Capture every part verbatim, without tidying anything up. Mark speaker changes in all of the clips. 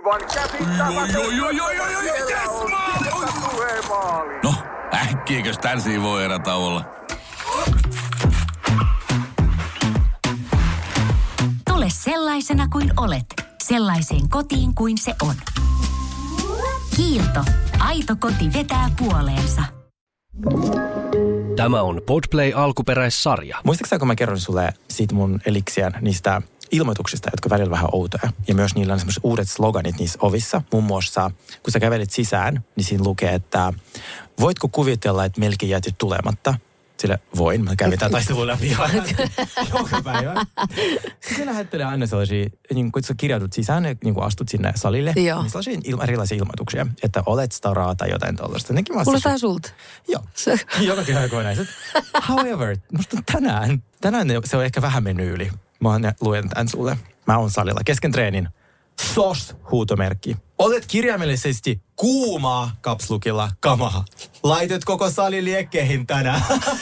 Speaker 1: aivan käsittämätöntä.
Speaker 2: No, äkkiäkös tän voi erätä olla?
Speaker 3: Tule sellaisena kuin olet, sellaiseen kotiin kuin se on. Kiilto. Aito koti vetää puoleensa.
Speaker 4: Tämä on Podplay alkuperäissarja.
Speaker 5: Muistatko kun mä kerron sulle siitä mun eliksiän niistä ilmoituksista, jotka välillä vähän outoja. Ja myös niillä on semmoiset uudet sloganit niissä ovissa. Muun muassa, kun sä kävelet sisään, niin siinä lukee, että voitko kuvitella, että melkein jätit tulematta? Sille voin, mä kävin tämän taistelun läpi joka päivä. Se lähettelee aina sellaisia, niin kun sä kirjaudut sisään ja niin astut sinne salille,
Speaker 6: Joo.
Speaker 5: niin sellaisia il- erilaisia ilmoituksia, että olet staraa tai jotain tällaista.
Speaker 6: Kuulostaa sulta.
Speaker 5: Joo, joka kerran koinaiset. However, musta tänään, tänään se on ehkä vähän mennyt yli. Mä luen tämän sulle. Mä oon salilla kesken treenin. S O S-huutomerkki. Olet kirjaimellisesti kuumaa kapslukilla kamaa. Laitet koko sali liekkeihin tänään.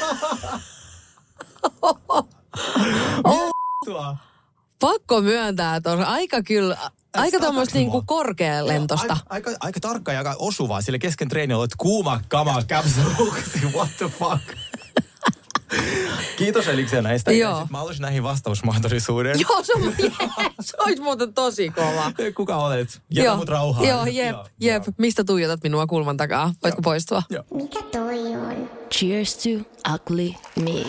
Speaker 6: oh. Pakko myöntää, että on aika kyllä, aika tommoista niinku korkealentosta.
Speaker 5: Aika, aika, aika tarkka ja aika osuvaa, sillä kesken treenin olet kuuma kamaa kapslukilla. What the fuck? Kiitos Eliksiä näistä.
Speaker 6: Joo.
Speaker 5: Mä haluaisin näihin vastausmahdollisuuden.
Speaker 6: Joo, se, on, se olisi muuten tosi kova.
Speaker 5: Kuka olet? Jätä mut rauhaan.
Speaker 6: Joo, jep, joo, jep. Joo. Mistä tuijotat minua kulman takaa? Voitko joo. poistua?
Speaker 7: Joo. Mikä toi on? Cheers to ugly me.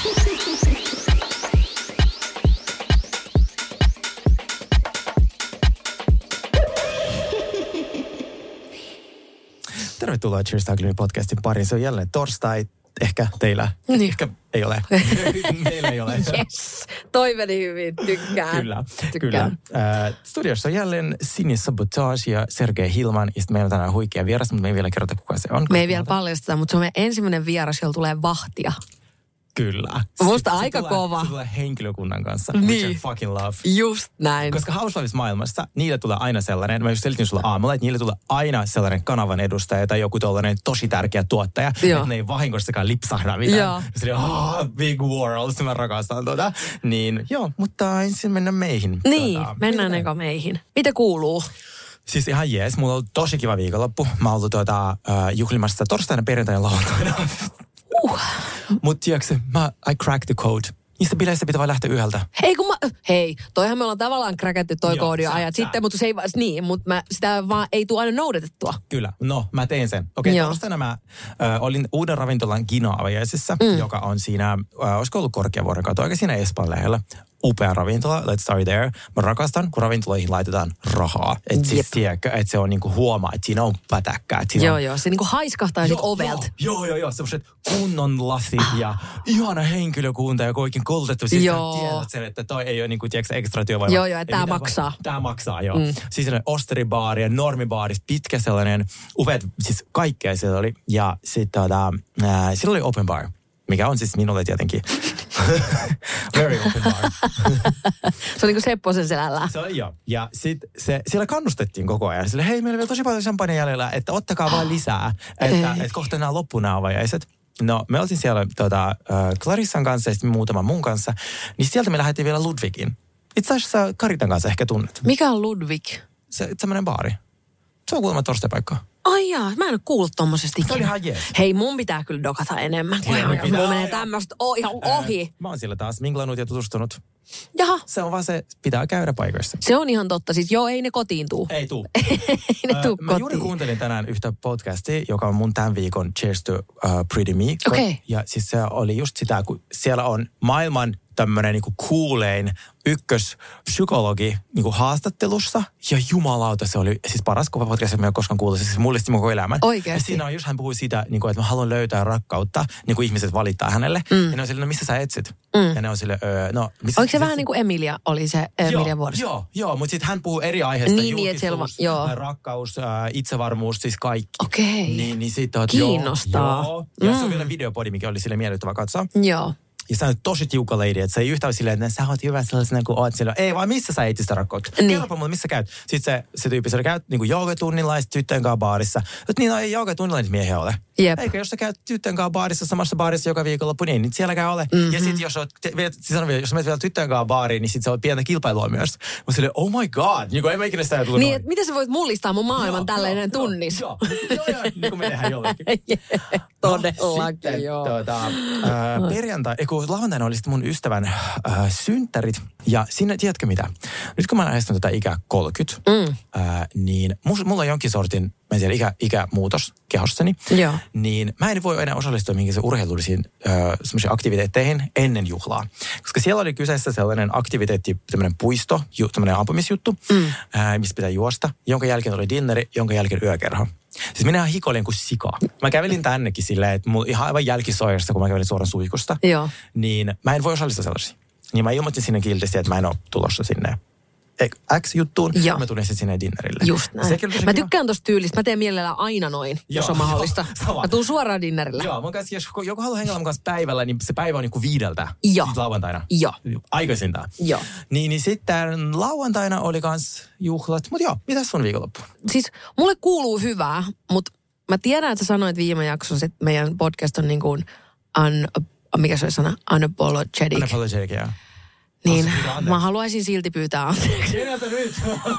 Speaker 5: Tervetuloa Cheers to Ugly Me podcastin pariin. Se on jälleen torstai. Ehkä teillä.
Speaker 6: Niin.
Speaker 5: Ehkä ei ole. Meillä ei ole.
Speaker 6: Yes. Toi meni hyvin. Tykkään.
Speaker 5: Kyllä.
Speaker 6: Tykkään.
Speaker 5: Kyllä. Äh, studiossa on jälleen Sinni Sabotage ja Sergei Hilman. Ja sitten meillä on tänään huikea vieras, mutta me ei vielä kerrota, kuka se on.
Speaker 6: Me ei vielä paljasteta, mutta se on meidän ensimmäinen vieras, jolla tulee vahtia.
Speaker 5: Kyllä.
Speaker 6: Musta
Speaker 5: se,
Speaker 6: aika
Speaker 5: se
Speaker 6: kova.
Speaker 5: Se tulee henkilökunnan kanssa.
Speaker 6: Niin.
Speaker 5: Which I fucking love.
Speaker 6: Just näin.
Speaker 5: Koska Housewives-maailmassa niille tulee aina sellainen, mä just selitin sulle aamulla, että niille tulee aina sellainen kanavan edustaja tai joku tollainen tosi tärkeä tuottaja,
Speaker 6: Joo.
Speaker 5: että ne ei vahingossakaan lipsahda mitään.
Speaker 6: Joo.
Speaker 5: Se oli, oh, big world, mä rakastan tuota. Niin joo, mutta ensin mennään meihin.
Speaker 6: Niin,
Speaker 5: tuota,
Speaker 6: mennään eka meihin. Mitä kuuluu?
Speaker 5: Siis ihan jees, mulla on ollut tosi kiva viikonloppu. Mä oon ollut tuota, uh, juhlimassa torstaina, perjantaina, lauantaina.
Speaker 6: Uh.
Speaker 5: Mut tiedätkö, mä, I cracked the code. Niistä bileistä pitää vaan lähteä yhdeltä.
Speaker 6: Hei, kun mä, hei, toihan me ollaan tavallaan kräkätty toi
Speaker 5: Joo,
Speaker 6: koodi
Speaker 5: sä,
Speaker 6: ajat
Speaker 5: sä.
Speaker 6: sitten, mutta se ei, niin, mutta mä, sitä vaan ei tule aina noudatettua.
Speaker 5: Kyllä, no mä tein sen. Okei, okay, torstaina mä ö, olin uuden ravintolan Gino-avajaisissa, mm. joka on siinä, ö, olisiko ollut Korkeavuoren katu, aika siinä Espan lähellä. Upea ravintola, let's start there. Mä rakastan, kun ravintoloihin laitetaan rahaa. Että siis tiedätkö, että se on niinku huomaa, että siinä on pätäkkää.
Speaker 6: Joo,
Speaker 5: on...
Speaker 6: joo, se niinku haiskahtaa sit ovelta.
Speaker 5: Joo, joo, joo, semmoiset kunnon lasit ja ihana henkilökunta ja oikein koulutettu. Siis
Speaker 6: joo.
Speaker 5: tiedät sen, että toi ei ole niinku, tiedätkö, ekstra työvoima.
Speaker 6: Joo, joo, että tää maksaa.
Speaker 5: Va- tää maksaa, joo. Mm. Siis sellainen osteribaari ja normibaari, pitkä sellainen, upeat, siis kaikkea siellä oli. Ja sitten tota, äh, siellä oli open bar. Mikä on siis minulle tietenkin very open bar.
Speaker 6: Se on niin kuin Sepposen selällä.
Speaker 5: Se on joo. Ja sitten se, siellä kannustettiin koko ajan. Sille, hei, meillä on vielä tosi paljon champagne jäljellä, että ottakaa vaan lisää. Että, että kohta nämä loppu nämä avajaiset. No, me oltiin siellä tota, äh, Clarissan kanssa ja sitten muutaman mun kanssa. Niin sieltä me lähdettiin vielä Ludwigin. Itse asiassa Karitan kanssa ehkä tunnet.
Speaker 6: Mikä on Ludwig?
Speaker 5: Se, semmoinen baari. Se on kuulemma torstaipaikka.
Speaker 6: Ai jaa, mä en ole kuullut tommosesta ikinä.
Speaker 5: Se oli ihan jees.
Speaker 6: Hei, mun pitää kyllä dokata enemmän. Kun
Speaker 5: Joo,
Speaker 6: mulla
Speaker 5: pitää.
Speaker 6: menee tämmöistä oh, ihan ohi.
Speaker 5: Äh, mä oon siellä taas minglannut ja tutustunut.
Speaker 6: Jaha.
Speaker 5: Se on vaan se, pitää käydä paikoissa.
Speaker 6: Se on ihan totta. Siis joo, ei ne kotiin tuu.
Speaker 5: Ei tuu.
Speaker 6: ei ne tuu
Speaker 5: Mä
Speaker 6: kotiin.
Speaker 5: juuri kuuntelin tänään yhtä podcastia, joka on mun tämän viikon Cheers to uh, Pretty Me.
Speaker 6: Okay.
Speaker 5: Ja siis se oli just sitä, kun siellä on maailman tämmöinen niinku kuulein ykköspsykologi niinku haastattelussa. Ja jumalauta, se oli siis paras kova podcast, mitä koskaan kuullut. Se siis mullisti mun koko elämän.
Speaker 6: Oikeasti.
Speaker 5: Ja siinä on just, hän puhui siitä, niinku, että mä haluan löytää rakkautta, niin kuin ihmiset valittaa hänelle. Mm. Ja ne on sille, no missä sä etsit? Mm. Ja ne on sille, öö, no... Missä,
Speaker 6: oliko se
Speaker 5: missä,
Speaker 6: vähän niin kuin Emilia oli se Emilia vuodessa?
Speaker 5: Joo, joo, mutta sitten hän puhuu eri aiheista.
Speaker 6: Niin, niin, että siellä
Speaker 5: julkisuus, rakkaus, äh, itsevarmuus, siis kaikki.
Speaker 6: Okei.
Speaker 5: Niin, niin sit oot,
Speaker 6: kiinnostaa.
Speaker 5: Joo, joo. Ja mm. se on vielä videopodi, mikä oli sille miellyttävä katsoa.
Speaker 6: Joo.
Speaker 5: Ja sä oot tosi tiukka lady, että se ei yhtään silleen, että sä oot hyvä sellaisena kuin oot siellä. Ei, vaan missä sä etsit sitä rakkautta?
Speaker 6: Niin.
Speaker 5: Kerropa mulle, missä käyt. Sitten se, se tyyppi, sä käyt niin kuin joogatunnilla ja sitten tyttöjen kanssa baarissa. Että niin, no ei joogatunnilla niitä miehiä ole.
Speaker 6: Jep.
Speaker 5: Eikä jos sä käyt tyttöjen kanssa baarissa, samassa baarissa joka viikonloppu, niin niitä sielläkään ole. Mm-hmm. Ja sitten jos, siis vielä, jos menet vielä tyttöjen kanssa baariin, niin sitten se on pientä kilpailua myös. Mä silleen, oh my god, niin kuin en mä ikinä sitä ajatellut.
Speaker 6: Niin, että miten sä voit mullistaa mun maailman joo, tällainen
Speaker 5: joo,
Speaker 6: tunnis?
Speaker 5: Joo, joo, joo, niin kuin me tehdään jollekin.
Speaker 6: Todellakin,
Speaker 5: no,
Speaker 6: joo.
Speaker 5: Tuota, äh, perjantai, ei kun lauantaina oli sitten mun ystävän äh, synttärit. Ja sinne, tiedätkö mitä? Nyt kun mä lähestyn tätä ikää kolmekymmentä, mm. äh, niin mus, mulla on jonkin sortin, mä en tiedä, ikä, ikämuutos kehossani.
Speaker 6: Joo.
Speaker 5: Niin mä en voi enää osallistua mihinkään urheilullisiin äh, semmoisiin aktiviteetteihin ennen juhlaa. Koska siellä oli kyseessä sellainen aktiviteetti, tämmöinen puisto, ju, tämmöinen ampumisjuttu, mm. äh, missä pitää juosta, jonka jälkeen oli dinneri, jonka jälkeen yökerho. Siis minä hikoilin kuin sikaa. Mä kävelin tännekin silleen, että mulla ihan aivan jälkisoijasta, kun mä kävelin suoraan suikusta.
Speaker 6: Joo. Niin
Speaker 5: mä en voi osallistua sellaisiin. Niin mä ilmoitin sinne kiltisti, että mä en ole tulossa sinne X-juttuun. Ja mä tulin sitten sinne dinnerille.
Speaker 6: Just näin. Mä tykkään tosta tyylistä. Mä teen mielellään aina noin, joo, jos on mahdollista. Joo, mä tuun suoraan dinnerille.
Speaker 5: Joo, mun kanssa, jos joku haluaa hengellä mun kanssa päivällä, niin se päivä on niinku viideltä.
Speaker 6: Joo.
Speaker 5: Lauantaina.
Speaker 6: Joo.
Speaker 5: Aikaisintaan.
Speaker 6: Joo.
Speaker 5: Niin, niin sitten lauantaina oli kans juhlat. Mut joo, mitäs sun viikonloppu?
Speaker 6: Siis mulle kuuluu hyvää, mutta mä tiedän, että sä sanoit viime jaksossa, että meidän podcast on niin kuin un, mikä se on sana? Unapologetic.
Speaker 5: Unapologetic, joo.
Speaker 6: Niin, mä haluaisin silti pyytää anteeksi.
Speaker 5: Keneltä nyt?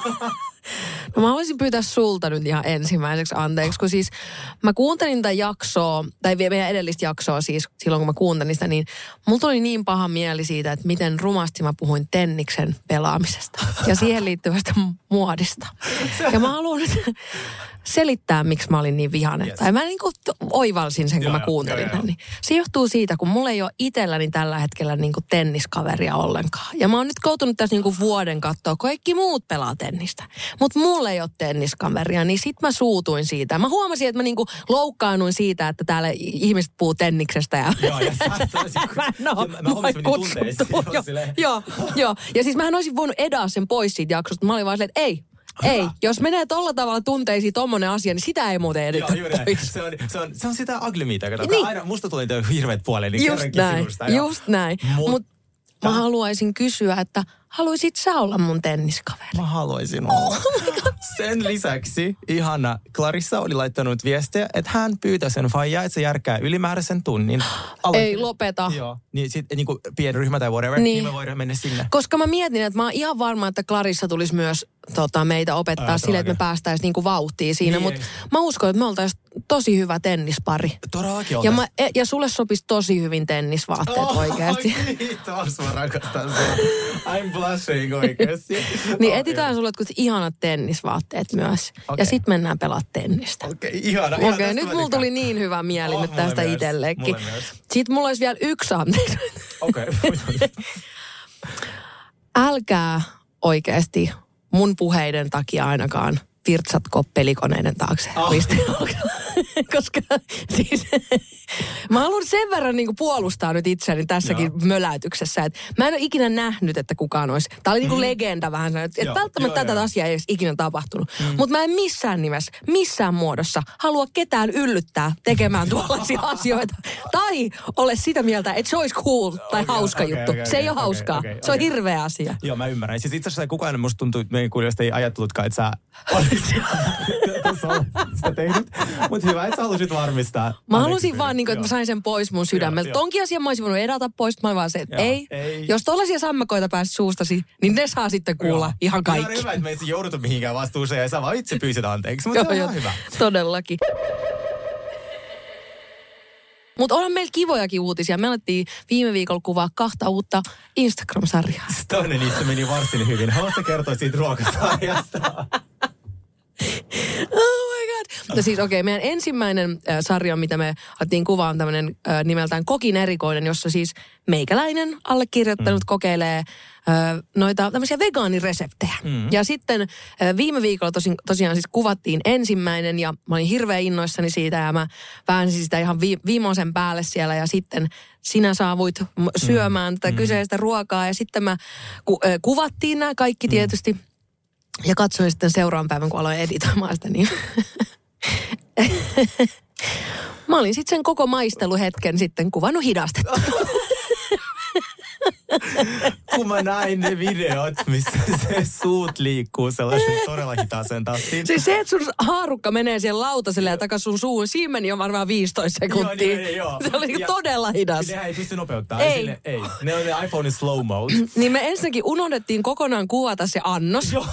Speaker 6: No mä haluaisin pyytää sulta nyt ihan ensimmäiseksi anteeksi, kun siis mä kuuntelin tätä jaksoa, tai meidän edellistä jaksoa siis silloin, kun mä kuuntelin sitä, niin mulla tuli niin paha mieli siitä, että miten rumasti mä puhuin tenniksen pelaamisesta ja siihen liittyvästä muodista. Ja mä haluan nyt selittää, miksi mä olin niin vihainen. Yes. Tai mä niin kuin oivalsin sen, kun joo, mä kuuntelin tämän. Niin se johtuu siitä, kun mulla ei ole itselläni tällä hetkellä niin kuin tenniskaveria ollenkaan. Ja mä oon nyt koutunut tässä niin kuin vuoden katsoa, kaikki muut pelaa tennistä. Mutta mulla ei ole tenniskaveria, niin sit mä suutuin siitä. Mä huomasin, että mä niin kuin loukkaannuin siitä, että täällä ihmiset puhuu tenniksestä. Ja
Speaker 5: joo, ja sä
Speaker 6: mä en oo, mä kutsuttu. Joo, joo. Ja siis mähän olisin voinut edaa sen pois siitä jaksosta. Mä olin vaan silleen, että ei. Ei, jos menee tolla tavalla tunteisiin tommonen asia, niin sitä ei muuten edetä. Joo, pois.
Speaker 5: Se on, se, on, se on sitä ugly meitä.
Speaker 6: Niin.
Speaker 5: Aina musta tuli teille hirveät puoleen, niin
Speaker 6: just näin, sinusta. Just näin. Mut, Mut mä haluaisin kysyä, että haluaisit sä olla mun tenniskaveri?
Speaker 5: Mä haluaisin olla. Oh sen lisäksi ihana Clarissa oli laittanut viestiä, että hän pyytää sen faijaa, että se järkkää ylimääräisen tunnin.
Speaker 6: Aloittaa. Ei lopeta.
Speaker 5: Joo, niin sitten niin kuin pieni ryhmä tai whatever, niin. niin me voidaan mennä sinne.
Speaker 6: Koska mä mietin, että mä oon ihan varma, että Clarissa tulisi myös tota, meitä opettaa Ää, silleen, että me päästäisiin niinku vauhtiin siinä. Niin, mutta mä uskon, että me oltaisiin tosi hyvä tennispari.
Speaker 5: Todellakin
Speaker 6: ja, mä, ja sulle sopisi tosi hyvin tennisvaatteet oh, oikeasti.
Speaker 5: Kiitos, mä rakastan sen. I'm blushing oikeasti.
Speaker 6: Niin okay. Etsitään sulle jotkut ihanat tennisvaatteet myös. Okay. Ja sit mennään pelaa tennistä.
Speaker 5: Okei, okay, ihana.
Speaker 6: Okei, okay, nyt mulla tuli niin hyvä mieli oh, nyt tästä itsellekin. Sitten mulla olisi vielä yksi anteeksi.
Speaker 5: Okei. Okay.
Speaker 6: Älkää oikeasti mun puheiden takia ainakaan virtsatko pelikoneiden taakse. Oh. Koska siis mä haluan sen verran niinku puolustaa nyt itseäni tässäkin joo. möläytyksessä, että mä en ole ikinä nähnyt, että kukaan olisi. Tää oli niinku mm. legenda vähän, että et välttämättä joo, tätä joo. asiaa ei olisi ikinä tapahtunut. Mm. Mutta mä en missään nimessä, missään muodossa halua ketään yllyttää tekemään tuollaisia asioita. Tai ole sitä mieltä, että se olisi cool tai okay, hauska okay, juttu. Okay, se ei okay, ole hauskaa. Okay, okay, se on okay. hirveä asia.
Speaker 5: Joo, mä ymmärrän. Siis itse asiassa kukaan musta tuntuu, että meidän kuulijoista ei ajattelutkaan, että sä olisit sitä tehnyt. Mutta hyvä, että sä halusit varmistaa.
Speaker 6: Mä halusin vaan, niin kuin, että mä sain sen pois mun sydämeltä. Tonkin asian mä olisin voinut edata pois. Mä olin vaan se, että joo, ei. ei. Jos tollaisia sammakoita pääsit suustasi, niin ne saa sitten kuulla joo. ihan kaikki.
Speaker 5: Ihan hyvä, että me ei jouduta mihinkään vastuuseen ja sä vaan itse pyysit anteeksi. Mutta se on ihan hyvä.
Speaker 6: Todellakin. Mutta onhan meillä kivojakin uutisia. Me alettiin viime viikolla kuvaa kahta uutta Instagram-sarjaa.
Speaker 5: Toinen niistä meni varsin hyvin. Haluatko kertoa siitä ruokasarjasta?
Speaker 6: Oh my god. No siis okei, okay, meidän ensimmäinen äh, sarja, mitä me alettiin kuvaa, on tämmöinen äh, nimeltään Kokin erikoinen, jossa siis meikäläinen allekirjoittanut mm. kokeilee äh, noita tämmöisiä vegaanireseptejä. Mm. Ja sitten äh, viime viikolla tosin, tosiaan siis kuvattiin ensimmäinen ja mä olin hirveän innoissani siitä ja mä väänsin sitä ihan vi- viimeisen päälle siellä ja sitten sinä saavuit syömään mm. tätä mm. kyseistä ruokaa ja sitten mä ku, äh, kuvattiin nämä kaikki tietysti. Mm. Ja katsoin sitten seuraavan päivän, kun aloin editoimaan sitä, niin mä olin sitten sen koko maisteluhetken sitten kuvannut hidastettu.
Speaker 5: kun mä näin ne videot, missä se suut liikkuu sellaisen todella hitaaseen tahtiin.
Speaker 6: Siis se, että sun haarukka menee siihen lautaselle ja takas sun suun, siinä meni jo varmaan viisitoista sekuntia.
Speaker 5: Joo, niin, joo.
Speaker 6: Se oli
Speaker 5: ja
Speaker 6: todella hidas.
Speaker 5: Nehän ei pysty nopeuttaa.
Speaker 6: Ei.
Speaker 5: Sille, ei. Ne oli ne iPhonein slow mode.
Speaker 6: Niin me ensinnäkin unohdettiin kokonaan kuvata se annos.
Speaker 5: Joo.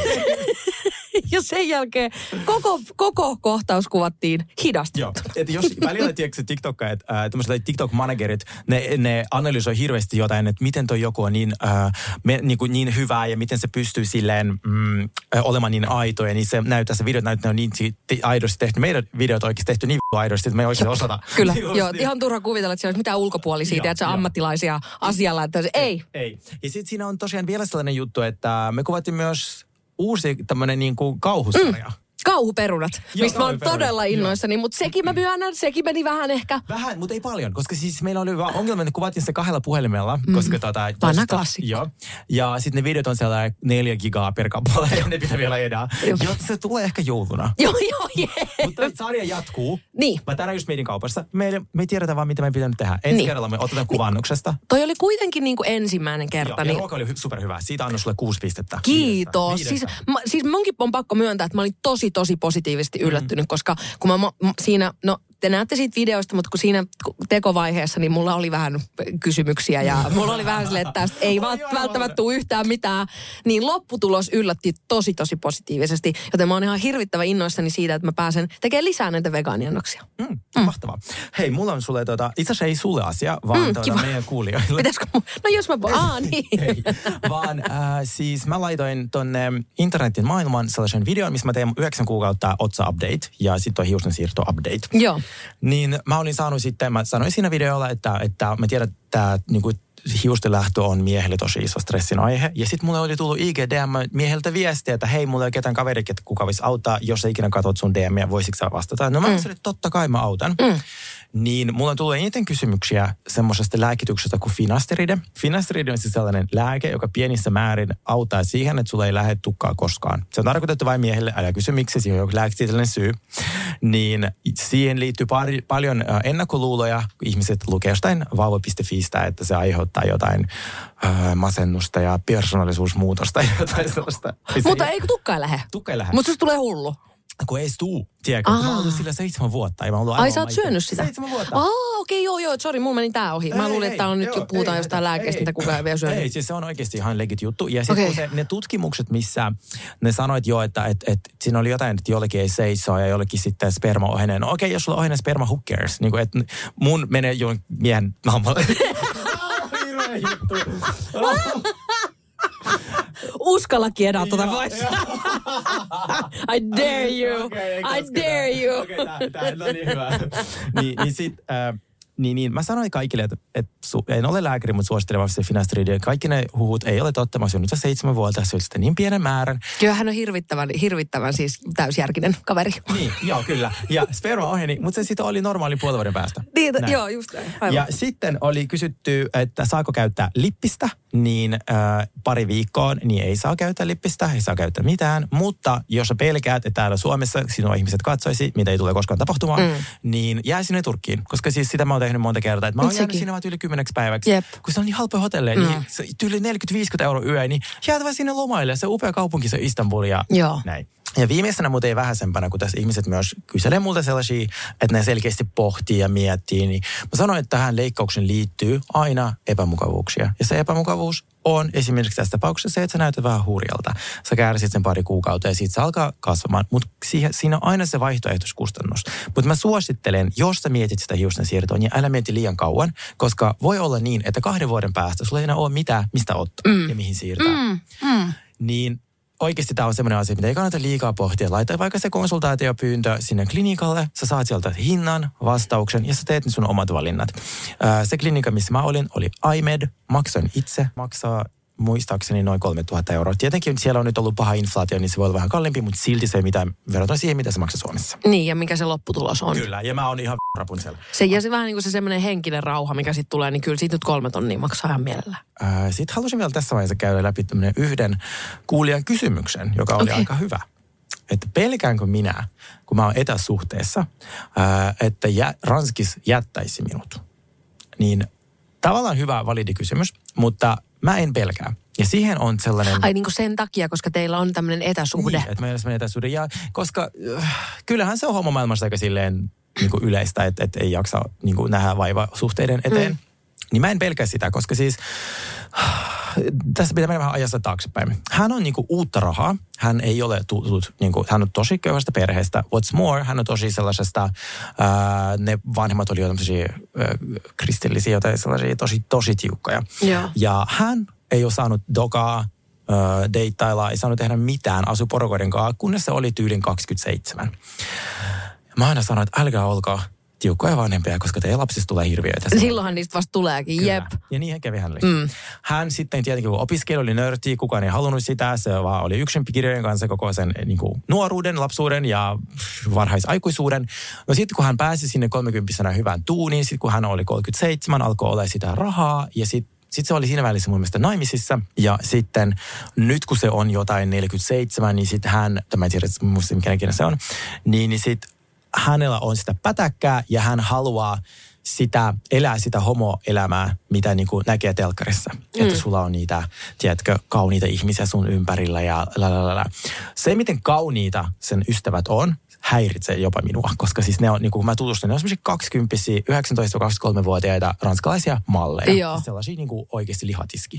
Speaker 6: Ja sen jälkeen koko, koko kohtaus kuvattiin hidasti.
Speaker 5: Joo, että jos välillä tiedätkö TikTokkaat, äh, tämmöiset TikTok-managerit, ne, ne analysoi hirveästi jotain, että miten toi joku on niin, äh, me, niin, kuin niin hyvää ja miten se pystyy silleen mm, äh, olemaan niin aito ja niin se näyttää, se videot näyttää, ne on niin t- aidosti tehty. Meidän videot on oikeasti tehty niin aidosti, että me ei oikeasti osata.
Speaker 6: Kyllä, joo, ihan turha kuvitella, että siellä olisi mitään ulkopuolisia, joo, että se ammattilaisia asialla, että se, ei.
Speaker 5: Ei. Ja sitten siinä on tosiaan vielä sellainen juttu, että me kuvattiin myös uusi tämmöinen niin kuin kauhusarja. Mm.
Speaker 6: Kauhuperunat,
Speaker 5: Joo,
Speaker 6: mistä mä oon todella innoissani, mutta sekin mä myönnän, sekin meni vähän ehkä.
Speaker 5: Vähän, mutta ei paljon, koska siis meillä oli vaan ongelma, että kuvattiin se kahdella puhelimella, mm. koska tota...
Speaker 6: Vanha klassikko.
Speaker 5: Joo. Ja sitten ne videot on sellainen neljä gigaa per kappale, ja ne pitää vielä edää. Jotta se tulee ehkä jouluna.
Speaker 6: Joo, joo, jee.
Speaker 5: Mutta sarja jatkuu.
Speaker 6: Niin.
Speaker 5: Mä tänään just meidän kaupassa. Me ei, me ei tiedetä vaan, mitä me pitää nyt tehdä. Ensi niin. kerralla me otetaan kuvannuksesta.
Speaker 6: Toi oli kuitenkin niin kuin ensimmäinen kerta.
Speaker 5: Joo,
Speaker 6: niin...
Speaker 5: ja ruoka oli superhyvä. Siitä annos sulle kuusi pistettä.
Speaker 6: Kiitos. Siis, mä, siis munkin on pakko myöntää, että mä olin tosi, tosi positiivisesti yllättynyt, mm. koska kun mä, mä siinä, no te näette siitä videosta, mutta kun siinä tekovaiheessa, niin mulla oli vähän kysymyksiä ja mulla oli vähän silleen, että tästä ei va- välttämättä tule yhtään mitään. Niin lopputulos yllätti tosi, tosi positiivisesti, joten mä oon ihan hirvittävän innoissani siitä, että mä pääsen tekemään lisää näitä vegaaniannoksia.
Speaker 5: Mm, mm. Mahtavaa. Hei, mulla on sulle, tuota, itse asiassa ei sulle asia, vaan mm, tuota, meidän kuulijoille.
Speaker 6: Pitäisikö mu- No jos mä voin, aa niin.
Speaker 5: Ei, vaan äh, siis mä laitoin tonne internetin maailmaan sellaisen videon, missä mä tein yhdeksän kuukautta otsa-update ja sitten on hiusten siirto-update.
Speaker 6: Joo.
Speaker 5: Niin mä olin saanut sitten, mä sanoin siinä videolla, että, että mä tiedän, että niin kuin hiusten lähtö on miehelle tosi iso stressin aihe. Ja sitten mulle oli tullut I G D M mieheltä viestiä, että hei, mulla ei ole ketään kaveri, kuka voisi auttaa, jos sä ikinä katsot sun D M:iä, voisitko sä vastata? No mä mm. sanoin, että totta kai mä autan. Mm. Niin mulla on tullut eniten kysymyksiä semmoisesta lääkityksestä kuin finasteride. Finasteride on siis sellainen lääke, joka pienissä määrin auttaa siihen, että sulla ei lähde tukkaa koskaan. Se on tarkoitettu vain miehelle, älä kysy miksi, siihen on joku lääketieteellinen syy. Niin siihen liittyy pari, paljon ennakkoluuloja. Ihmiset lukee jostain vauva piste fiistä, että se aiheuttaa jotain äh, masennusta ja persoonallisuusmuutosta ja jotain sellaista.
Speaker 6: Mutta ei tukka ei lähde.
Speaker 5: Tukka ei lähde.
Speaker 6: Mutta se tulee hullu.
Speaker 5: Kun ei se tuu, tiedätkö? Mä oon ollut sillä seitsemän vuotta. Mä ollut
Speaker 6: Ai sä oot syönyt sitä?
Speaker 5: Seitsemän vuotta.
Speaker 6: Aa, okei, okay, joo, joo, sori, mulla meni tää ohi. Mä ei, luulin, että tää on ei, nyt, joo, puhutaan ei, jostain lääkkeestä, mitä kukaan ei vielä syönyt. Ei,
Speaker 5: siis se on oikeasti ihan legit juttu. Ja sitten okay. ne tutkimukset, missä ne sanoit jo, että et, et, siinä oli jotain, että jollekin ei seisoo ja jollekin sitten sperma ohenee. No okei, okay, jos sulla ohenee sperma, who cares? Niin kuin, että mun menee jo miehen naamalle. Hirveä juttu.
Speaker 6: Uskalla kiedää tuota pois. I dare you. Okay, I dare you.
Speaker 5: Okei, okay, tää on niin hyvä. niin, niin sit, äh, niin, niin mä sanoin kaikille, että, että su, en ole lääkäri, mutta suosittelen vasta finasteride. Kaikki ne huhut ei ole totta. Mä oon nyt seitsemän vuotta, se oli sitten niin pienen määrän.
Speaker 6: Kyllä hän on hirvittävän, hirvittävän siis täysjärkinen kaveri.
Speaker 5: Niin, joo, kyllä. Ja sperma oheni, mutta se sitten oli normaali puolen vuoden päästä.
Speaker 6: Niin, joo, just näin. Aivan.
Speaker 5: Ja sitten oli kysytty, että saako käyttää lippistä, niin äh, pari viikkoon, niin ei saa käyttää lippistä, ei saa käyttää mitään. Mutta jos sä pelkäät, että täällä Suomessa sinua ihmiset katsoisi, mitä ei tule koskaan tapahtumaan, mm. niin jää sinne Turkkiin. Koska siis sitä mä oon tehnyt monta kertaa, että mä oon jäänyt siinä vaan yli kymmeneksi päiväksi. Jep. Kun se on niin halpoja hotelleja, mm. niin se yli neljäkymmentä viisikymmentä euroa yö, niin jäät vaan sinne lomaille. Se upea kaupunki, se Istanbul ja Joo. näin. Ja viimeisenä, mutta ei vähäisempänä, kun tässä ihmiset myös kyselee multa sellaisia, että ne selkeästi pohtii ja miettii, niin mä sanoin, että tähän leikkaukseen liittyy aina epämukavuuksia. Ja se epämukavuus on esimerkiksi tässä tapauksessa se, että sä näytät vähän hurjalta. Sä kärsit sen pari kuukautta ja siitä se alkaa kasvamaan, mutta siinä on aina se vaihtoehtoiskustannus. Mutta mä suosittelen, jos sä mietit sitä hiusten siirtoa, niin älä mieti liian kauan, koska voi olla niin, että kahden vuoden päästä sulla ei enää ole mitään, mistä ottaa mm. ja mihin siirtää. Mm. Mm. Niin oikeasti tämä on semmoinen asia, mitä ei kannata liikaa pohtia. Laita vaikka se konsultaatiopyyntö sinne klinikalle, sä saat sieltä hinnan, vastauksen ja sä teet sun omat valinnat. Ää, se klinika, missä mä olin, oli iMed, maksoin itse, maksaa muistaakseni noin kolmetuhatta euroa. Tietenkin siellä on nyt ollut paha inflaatio, niin se voi olla vähän kalliimpi, mutta silti se ei mitään verrattuna siihen, mitä se maksaa Suomessa.
Speaker 6: Niin, ja mikä se lopputulos on.
Speaker 5: Kyllä, ja mä oon ihan rapun siellä.
Speaker 6: Se, ja se vähän niin kuin se semmoinen henkinen rauha, mikä sitten tulee, niin kyllä siitä nyt kolme tonnia maksaa ihan mielellä.
Speaker 5: Sitten halusin vielä tässä vaiheessa käydä läpi tämmöinen yhden kuulijan kysymyksen, joka oli okay. aika hyvä. Että pelkäänkö minä, kun mä oon etäsuhteessa, ää, että jä, Ranskis jättäisi minut? Niin tavallaan hyvä validi kysymys. mutta mä en pelkää. Ja siihen on sellainen...
Speaker 6: Ai niin kuin sen takia, koska teillä on tämmöinen etäsuhde.
Speaker 5: Niin, että meillä on sellainen etäsuhde. Ja koska äh, kyllähän se on homomaailmassa aika silleen niin kuin yleistä, että, että ei jaksa niin kuin nähdä vaivaa suhteiden eteen. Mm. Niin mä en pelkää sitä, koska siis tässä pitää mennä vähän ajassa taaksepäin. Hän on niinku uutta rahaa. Hän ei ole tullut, niinku, hän on tosi köyhästä perheestä. What's more, hän on tosi sellaisesta, ää, ne vanhemmat oli jo tämmöisiä ää, kristillisiä, joten sellaisia tosi, tosi tiukkoja. Ja. ja hän ei ole saanut dokaa, ää, deittailla, ei saanut tehdä mitään asuporukoiden kanssa, kunnes se oli tyylin kaksikymmentäseitsemän. Mä aina sanoin, että älkää olkaa tiukkoja vanhempia, koska teidän lapsista tulee hirviöitä.
Speaker 6: Silloinhan niistä vasta tuleekin,
Speaker 5: Kyllä.
Speaker 6: jep.
Speaker 5: Ja niin kävi hänelle. Mm. Hän sitten tietenkin, kun opiskelu oli nörtti, kukaan ei halunnut sitä, se vaan oli yksin kirjojen kanssa koko sen niin kuin, nuoruuden, lapsuuden ja varhaisaikuisuuden. No sitten kun hän pääsi sinne kolmekymppisenä hyvään tuuniin, sitten kun hän oli kolmekymmentäseitsemän, alkoi olla sitä rahaa ja sitten Sitten se oli siinä välissä mun mielestä naimisissa. Ja sitten nyt kun se on jotain neljäkymmentäseitsemän, niin sitten hän, tämä en tiedä mikä ikinä se on, niin, niin sitten hänellä on sitä pätäkkää ja hän haluaa sitä, elää sitä homoelämää, mitä niin kuin näkee telkkarissa. Mm. Että sulla on niitä, tiedätkö, kauniita ihmisiä sun ympärillä ja lalalala. Se, miten kauniita sen ystävät on, häiritsee jopa minua, koska siis ne on, niin kuin kun mä tutustun, ne on semmoisia kaksikymppisiä, yhdeksäntoista kaksikymmentäkolme-vuotiaita ranskalaisia malleja. Joo. Sellaisia niin kuin oikeasti lihatiski.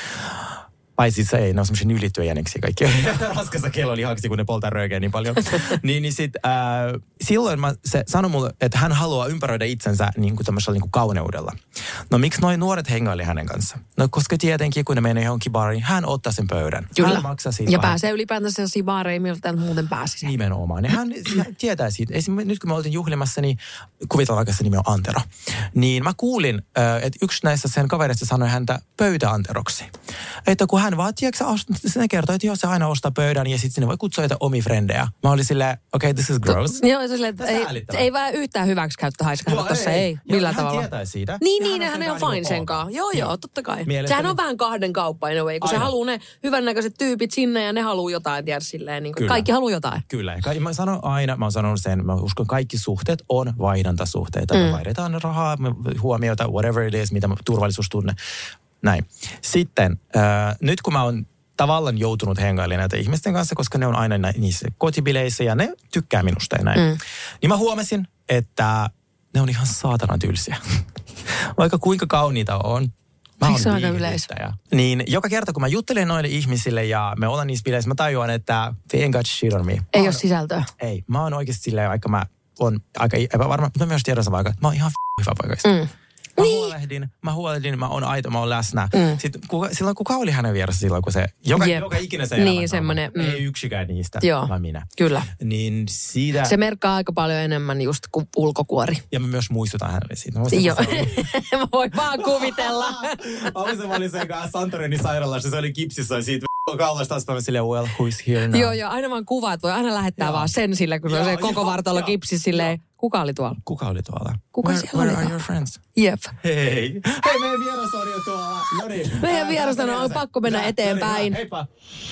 Speaker 5: Vai siis ei, ne on semmoisia ylittyöjäneksiä kaikki. Raskassa kello lihaksi, kun ne poltaa röökeä niin paljon. niin, niin sit, äh, silloin mä, se sanoi mulle, että hän haluaa ympäröidä itsensä niin kuin tämmöisellä niin kuin kauneudella. No miksi noi nuoret hengaili hänen kanssa? No koska tietenkin, kun ne menee johonkin baariin, hän ottaa sen pöydän.
Speaker 6: Kyllä.
Speaker 5: Hän maksaa siitä.
Speaker 6: Ja
Speaker 5: vähän.
Speaker 6: Pääsee ylipäätään sellaisiin baareihin, miltä muuten pääsisi.
Speaker 5: Nimenomaan. Ja hän tietää siitä. Esimerkiksi nyt kun me oltiin juhlimassa, niin kuvitellaan vaikka se nimi on Antero. Niin mä kuulin, että yksi näistä sen kaverista sanoi häntä pöytäanteroksi. Että kun hän vaan, tiedätkö, ne kertoo, että joo, se aina ostaa pöydän ja sitten sinne voi kutsua jotain omia frendejä. Mä olin silleen, okei, okay, this is gross.
Speaker 6: To, joo, se silleen, että ei, ei vähän yhtään hyväksikäyttöä haiskahda tuossa, ei, ei millään
Speaker 5: hän
Speaker 6: tavalla.
Speaker 5: Hän tietää siitä.
Speaker 6: Niin, niin, hän on fine sen kanssa. Joo, joo, totta kai. Mielestäni... Sehän on vähän kahden kauppa in a way, kun aina. Se haluaa ne hyvännäköiset tyypit sinne ja ne haluaa jotain, tiedä silleen, niin kuin kaikki haluaa jotain.
Speaker 5: Kyllä, mä sanon aina, mä oon sanonut sen, mä uskon, kaikki suhteet on vaihdantasuhteita. Mm. Me vaihdetaan rahaa, me huomiota, whatever it is, mitä turvallisuustunne. Näin. Sitten, äh, nyt kun mä oon tavallaan joutunut hengailemaan näitä ihmisten kanssa, koska ne on aina niissä kotibileissä ja ne tykkää minusta ja näin. Mm. Niin mä huomasin, että ne on ihan saatanan tylsiä. Vaikka kuinka kauniita on. Mä oon viihdyttäjä. Niin joka kerta, kun mä juttelen noille ihmisille ja me ollaan niissä bileissä, mä tajuan, että they ain't got shit on me. Ei
Speaker 6: oon, ole sisältöä.
Speaker 5: Ei. Mä oon oikeasti silleen, vaikka mä oon aika epävarma, mutta mä myös tiedän samaan aikaan, että mä oon ihan f*** hyvä paikasta. Mm. Mä niin. huolehdin, mä huolehdin, mä oon aito, mä oon läsnä. Mm. Sitten kuka, silloin kuka oli hänen vieressä silloin, kun se, joka, joka ikinä se
Speaker 6: niin, semmoinen, mm.
Speaker 5: ei yksikään niistä,
Speaker 6: joo.
Speaker 5: vaan minä.
Speaker 6: Kyllä.
Speaker 5: Niin siitä...
Speaker 6: Se merkkaa aika paljon enemmän just kuin ulkokuori.
Speaker 5: Ja mä myös muistutan hänelle siitä. Mä
Speaker 6: joo, mä voin vaan kuvitella.
Speaker 5: Aamuisen mä olin sen kanssa Santorinin sairaalassa, se oli kipsissä siitä kaulasta taas päivä silleen, well, who is here now?
Speaker 6: Joo, joo, aina vaan kuvat, voi aina lähettää joo. vaan sen sille, kun joo, se koko vartalo kipsi silleen. Kuka oli tuolla?
Speaker 5: Kuka oli tuolla?
Speaker 6: Kuka
Speaker 5: where,
Speaker 6: siellä
Speaker 5: where
Speaker 6: oli?
Speaker 5: Where are your friends?
Speaker 6: Jep.
Speaker 5: Hei. Hei, meidän vieras on jo tuolla. No niin.
Speaker 6: Meidän vieras on, on pakko mennä Nää, eteenpäin.
Speaker 5: Heippa.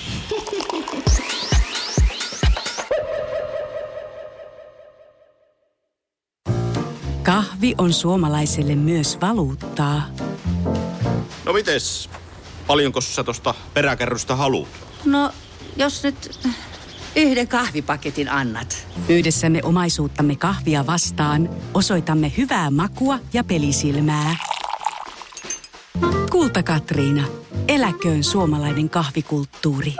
Speaker 1: Kahvi on suomalaiselle myös valuuttaa.
Speaker 8: No mites? Paljonko sä tosta peräkärrystä haluat?
Speaker 9: No, jos nyt yhden kahvipaketin annat.
Speaker 1: Yhdessämme omaisuuttamme kahvia vastaan osoitamme hyvää makua ja pelisilmää. Kulta Katriina. Eläköön suomalainen kahvikulttuuri.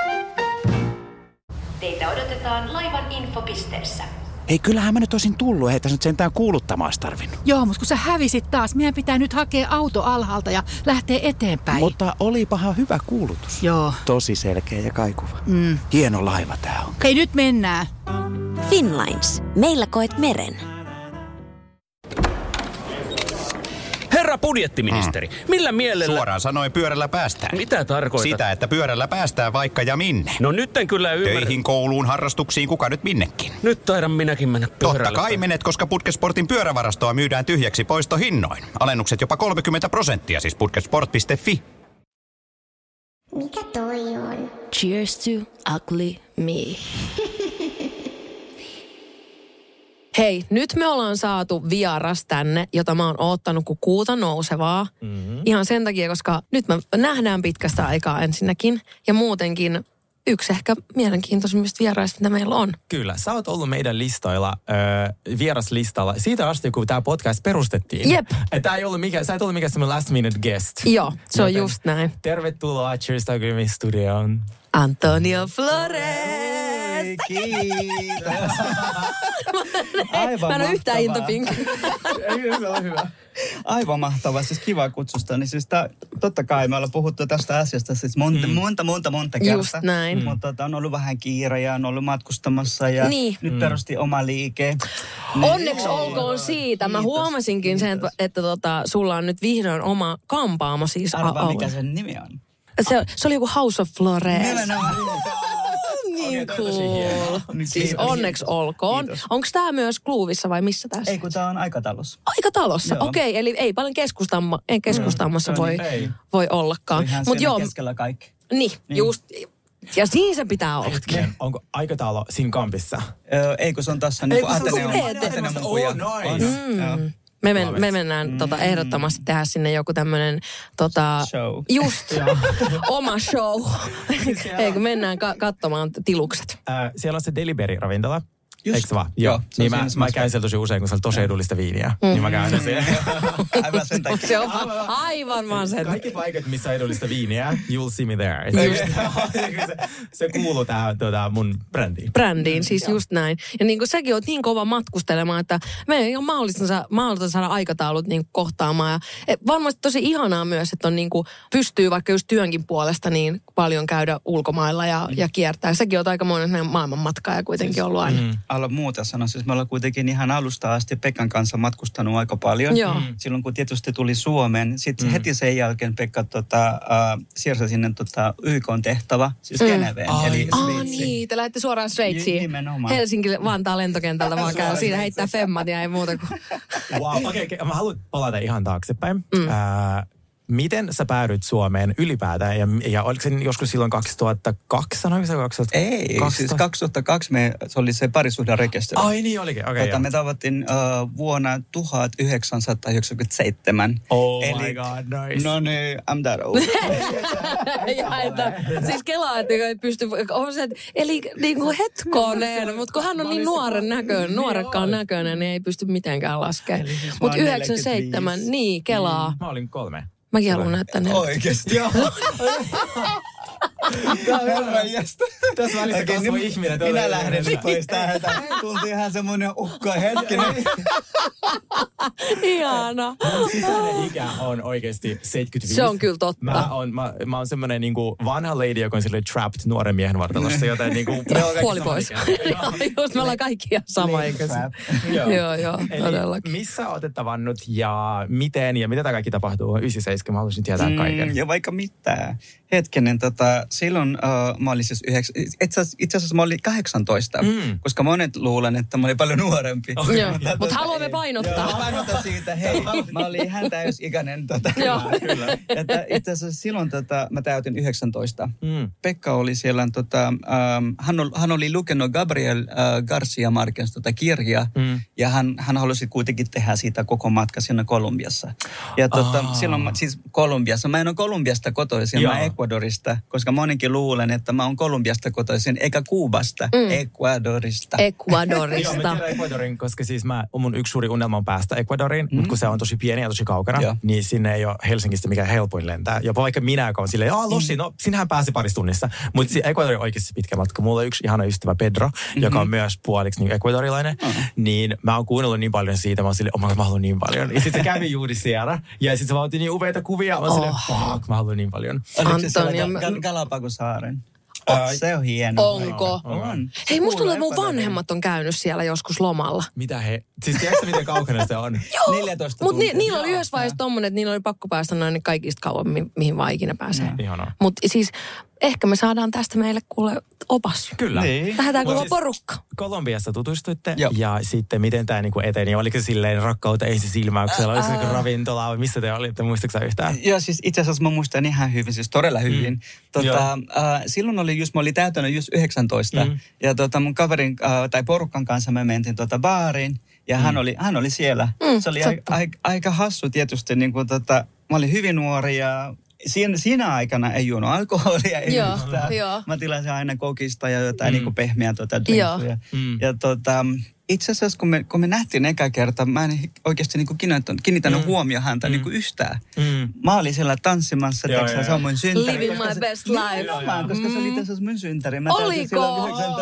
Speaker 10: Teitä odotetaan laivan infopisteessä.
Speaker 11: Hei, kyllähän mä nyt olisin tullut. Ei tässä nyt sentään kuuluttamaan tarvinnut.
Speaker 12: Joo, mutta kun sä hävisit taas, meidän pitää nyt hakea auto alhaalta ja lähteä eteenpäin.
Speaker 11: Mutta olipahan hyvä kuulutus.
Speaker 12: Joo.
Speaker 11: Tosi selkeä ja kaikuva.
Speaker 12: Mm.
Speaker 11: Hieno laiva tää on.
Speaker 12: Hei, nyt mennään.
Speaker 7: Finnlines. Meillä koet meren.
Speaker 4: Herra budjettiministeri, mm. millä mielellä...
Speaker 8: Suoraan sanoen pyörällä päästään.
Speaker 4: Mitä tarkoitat?
Speaker 8: Sitä, että pyörällä päästään vaikka ja minne.
Speaker 4: No nyt en kyllä ymmärrä.
Speaker 8: Töihin, kouluun, harrastuksiin, kuka nyt minnekin.
Speaker 4: Nyt taidan minäkin mennä pyörällä.
Speaker 8: Totta kai menet, koska Putkesportin pyörävarastoa myydään tyhjäksi poistohinnoin. Alennukset jopa kolmekymmentä prosenttia, siis putkesport piste fi.
Speaker 7: Mikä toi on? Cheers to ugly me.
Speaker 6: Hei, nyt me ollaan saatu vieras tänne, jota mä oon oottanut kuin kuuta nousevaa. Mm-hmm. Ihan sen takia, koska nyt me nähdään pitkästä aikaa ensinnäkin. Ja muutenkin yksi ehkä mielenkiintoisimmista vieraista, mitä meillä on.
Speaker 5: Kyllä, sä oot ollut meidän listoilla, äh, vieraslistalla, siitä asti, kun tämä podcast perustettiin.
Speaker 6: Jep.
Speaker 5: Että ei ollut mikään, sä et ollut mikään semmoinen last minute guest.
Speaker 6: Joo, se on
Speaker 5: Joten
Speaker 6: just näin.
Speaker 5: Tervetuloa Cheers to Agreement studioon.
Speaker 6: Antonio Flores!
Speaker 13: Kiitos.
Speaker 6: Aivan Mä en ole yhtään intopink.
Speaker 5: Ei, se on hyvä.
Speaker 13: Aivan mahtavaa, siis kiva kutsusta. Niin siis tää, totta kai me ollaan puhuttu tästä asiasta siis monta, mm. monta, monta, monta kertaa.
Speaker 6: Just näin.
Speaker 13: Mm. Mutta tota, on ollut vähän kiire ja on ollut matkustamassa ja
Speaker 6: niin.
Speaker 13: nyt
Speaker 6: mm.
Speaker 13: perusti oma liike.
Speaker 6: Onneksi olkoon siitä. Kiitos, Mä huomasinkin kiitos. sen, että, että tota, sulla on nyt vihdoin oma kampaamo. Siis
Speaker 13: Arvaa, a- mikä sen nimi on.
Speaker 6: Se, se oli joku House of Flores.
Speaker 13: Nimenomaan.
Speaker 6: Niin cool. Siis onneksi olkoon. Onko tämä myös Kluuvissa vai missä tässä?
Speaker 13: Ei, kun tämä on Aikatalossa.
Speaker 6: Aikatalossa, okei. Okay, eli ei paljon keskustamma, ei keskustammassa mm, voi, niin, voi ollakaan.
Speaker 13: Se on ihan
Speaker 6: Mut joo,
Speaker 13: keskellä kaikki.
Speaker 6: Niin, niin, just. Ja siinä se pitää olla.
Speaker 5: Hetken, onko Aikatalo siinä kampissa?
Speaker 13: Öö, ei, kun se on tässä niin kuin Ateneum.
Speaker 5: Ateneum kuja.
Speaker 6: Oh, nice. Mm. Me, men, me mennään mm. tota, ehdottomasti tehdä sinne joku tämmöinen tota,
Speaker 13: show.
Speaker 6: Just oma show. Ei kun mennään ka- katsomaan tilukset.
Speaker 5: Äh, siellä on se Delivery-ravintola.
Speaker 13: Just.
Speaker 5: Eikö se vaan? Joo.
Speaker 13: Joo
Speaker 5: niin mä, mä käyn siellä tosi usein, kun se on tosi edullista viiniä. Mm. Niin mä käyn siellä.
Speaker 13: Aivan sen takia.
Speaker 6: Se on aivan vaan sen.
Speaker 5: Kaikki paikat, missä on edullista viiniä, you'll see me there. se, se kuuluu tähän tuota, mun brändiin.
Speaker 6: Brändiin, siis ja. just näin. Ja niin kuin säkin oot niin kova matkustelemaan, että me ei ole mahdollista, mahdollista saada aikataulut niin kuin kohtaamaan. Ja varmasti tosi ihanaa myös, että on niin kuin, pystyy vaikka just työnkin puolesta niin paljon käydä ulkomailla ja, ja kiertää. Säkin oot aika monen maailmanmatkaaja kuitenkin ollut aina. Mm.
Speaker 13: Alla muuta sanoa, siis me ollaan kuitenkin ihan alusta asti Pekan kanssa matkustanut aika paljon.
Speaker 6: Joo.
Speaker 13: Silloin kun tietysti tuli Suomeen, sitten mm. heti sen jälkeen Pekka tota, äh, siirsi sinne tota, Y K:n tehtävä, siis mm. Geneveen,
Speaker 5: Ai,
Speaker 13: eli
Speaker 6: Ah
Speaker 13: Sveitsiin.
Speaker 6: niin, te lähdette suoraan Sveitsiin.
Speaker 13: Nimenomaan.
Speaker 6: Helsingille Vantaan lentokentältä vaan käy. Siinä heittää femmat ja ei muuta kuin.
Speaker 5: Wow, okei, okay, okay. Mä haluan palata ihan taaksepäin. Mm. Äh, Miten sä päädyit Suomeen ylipäätään? Ja, ja oliko se joskus silloin kaksituhattakaksi, sanoiko se kaksituhatta?
Speaker 13: Ei, siis kaksituhattakaksi me, se oli se parisuhderekisteri.
Speaker 5: Ai niin olikin, okei. Okay,
Speaker 13: tota, me tavattiin uh, vuonna tuhatyhdeksänsataayhdeksänkymmentäseitsemän.
Speaker 5: Oh
Speaker 13: Eli,
Speaker 5: my god, nice.
Speaker 13: No niin, I'm that old.
Speaker 6: ja, että, siis kelaa, että ei pysty, on se, että, eli niin kuin hetkoneen, mutta kun hän on niin nuoren näköinen, nuorekkaan näköinen, niin ei pysty mitenkään laskemaan. Mutta yhdeksänkymmentäseitsemän, niin, kelaa.
Speaker 5: Mä olin kolme.
Speaker 6: Mäkin haluan näyttää ne.
Speaker 13: Oikeesti? Joo. Tämä on herran jästä.
Speaker 5: Tässä välissä okay, kasvoi ihminen.
Speaker 13: Minä lähden nyt pois täältä. Tultiin ihan semmoinen ukko hetkinen.
Speaker 6: Ihana.
Speaker 5: Mun sisäinen ikä on oikeasti seitsemänkymmentäviisi.
Speaker 6: Se on kyllä totta.
Speaker 5: Mä oon, mä, mä oon semmoinen niinku vanha lady, joka on silleen trapped nuoren miehen vartalossa, joten niinku...
Speaker 6: Puoli pois. Just me ollaan kaikki ihan sama ikäisiä. Joo, joo, todellakin.
Speaker 5: Missä ootte tavannut ja miten ja mitä tämä kaikki tapahtuu? yhdeksänkymmentäseitsemän, mä haluaisin tietää kaiken.
Speaker 13: Mm, ja vaikka mitään. Hetkinen, tota, silloin uh, mä olin siis yhdeksän, itse asiassa mä olin kahdeksantoista, mm. koska monet luulen, että mä olin paljon nuorempi.
Speaker 6: Okay. Joo, mutta tota, haluamme painottaa.
Speaker 13: Joo, painottaa siitä, hei, mä olin ihan täysikäinen. Tota, Joo. Kyllä. Että itse asiassa silloin tota, mä täytin yhdeksäntoista. Mm. Pekka oli siellä, tota, um, hän, ol, hän oli lukenut Gabriel uh, Garcia Marquez tota kirjaa, mm. ja hän, hän halusi kuitenkin tehdä siitä koko matka siinä Kolumbiassa. Ja tota, oh. silloin mä, siis Kolumbiassa, mä en ole Kolumbiasta kotoisin, Joo. mä Ecuadorista, koska monikin luulen, että mä oon Kolumbiasta kotoisin, eikä Kuubasta, mm. Ecuadorista.
Speaker 6: Ecuadorista.
Speaker 5: Joo, mä tiedän Ecuadorin, koska siis mä, mun yksi suuri unelma on päästä Ecuadoriin, mm. mutta kun se on tosi pieni ja tosi kaukana, Joo. niin sinne ei ole Helsingistä mikään helpoin lentää. Jopa vaikka minä, joka on silleen, aah Lossi, mm. no sinähän pääsi parissa tunnissa. Mutta Ecuador on oikeasti pitkä matka. Mulla on yksi ihana ystävä Pedro, mm-hmm. joka on myös puoliksi niin ecuadorilainen, mm-hmm. niin mä oon kuunnellut niin paljon siitä, mä oon silleen, oh my God, mä haluan niin paljon. Ja sitten se kävi juuri siellä, ja sitten se vaan otti niin upeita kuvia, mä oon silleen, fuck, mä haluan niin paljon.
Speaker 13: Oliko se siellä Gal- Galapagos-saaren? Oh, se on hieno.
Speaker 6: Onko?
Speaker 13: On.
Speaker 6: Hei, musta tuntuu, että mun vanhemmat on käynyt siellä joskus lomalla.
Speaker 5: Mitä he? Siis tiedätkö miten kaukana se on?
Speaker 6: Joo,
Speaker 13: neljätoista
Speaker 6: mutta ni, niillä oli yhdessä vaiheessa tommonen, että niillä oli pakko päästä noin kaikista kauan, mi- mihin vaan ikinä pääsee.
Speaker 5: Ihanaa.
Speaker 6: Mutta siis ehkä me saadaan tästä meille kuule opas.
Speaker 5: Kyllä.
Speaker 6: Niin. Lähdetään koko siis porukka.
Speaker 5: Kolumbiassa tutustuitte
Speaker 13: Joo.
Speaker 5: ja sitten miten tämä niinku eteni? Oliko se silleen rakkautta ensi silmäyksellä? Oliko se niinku ravintola vai missä te olitte? Muistatko sä yhtään?
Speaker 13: Joo, siis itse asiassa mä muistan ihan hyvin, siis todella hyvin. Mm. Tota, äh, silloin oli just, mä olin täytänyt just yhdeksäntoista mm. ja tota, mun kaverin äh, tai porukan kanssa me mentiin tota baariin ja mm. hän, oli, hän oli siellä. Mm, se oli a, a, aika hassu tietysti, niin kuin, tota, mä olin hyvin nuori ja Siinä, siinä aikana ei juonut alkoholia, ei
Speaker 6: joo,
Speaker 13: mitään.
Speaker 6: joo.
Speaker 13: Mä tilasin aina kokista ja jotain mm. niin kuin pehmeää tuota
Speaker 6: drinkkuja.
Speaker 13: Mm. Ja tota, itse asiassa kun me, kun me nähtiin eka kerta, mä en oikeasti niin kuin kiinnittänyt, kiinnittänyt mm. huomioon häntä mm. niin kuin yhtään. Mm. Mä olin siellä tanssimassa, joo, tiiäksä, se on mun synttäri.
Speaker 6: Living my best life.
Speaker 13: Joo, joo, koska mm. se oli tässä mun synttäri. Mä
Speaker 6: oliko?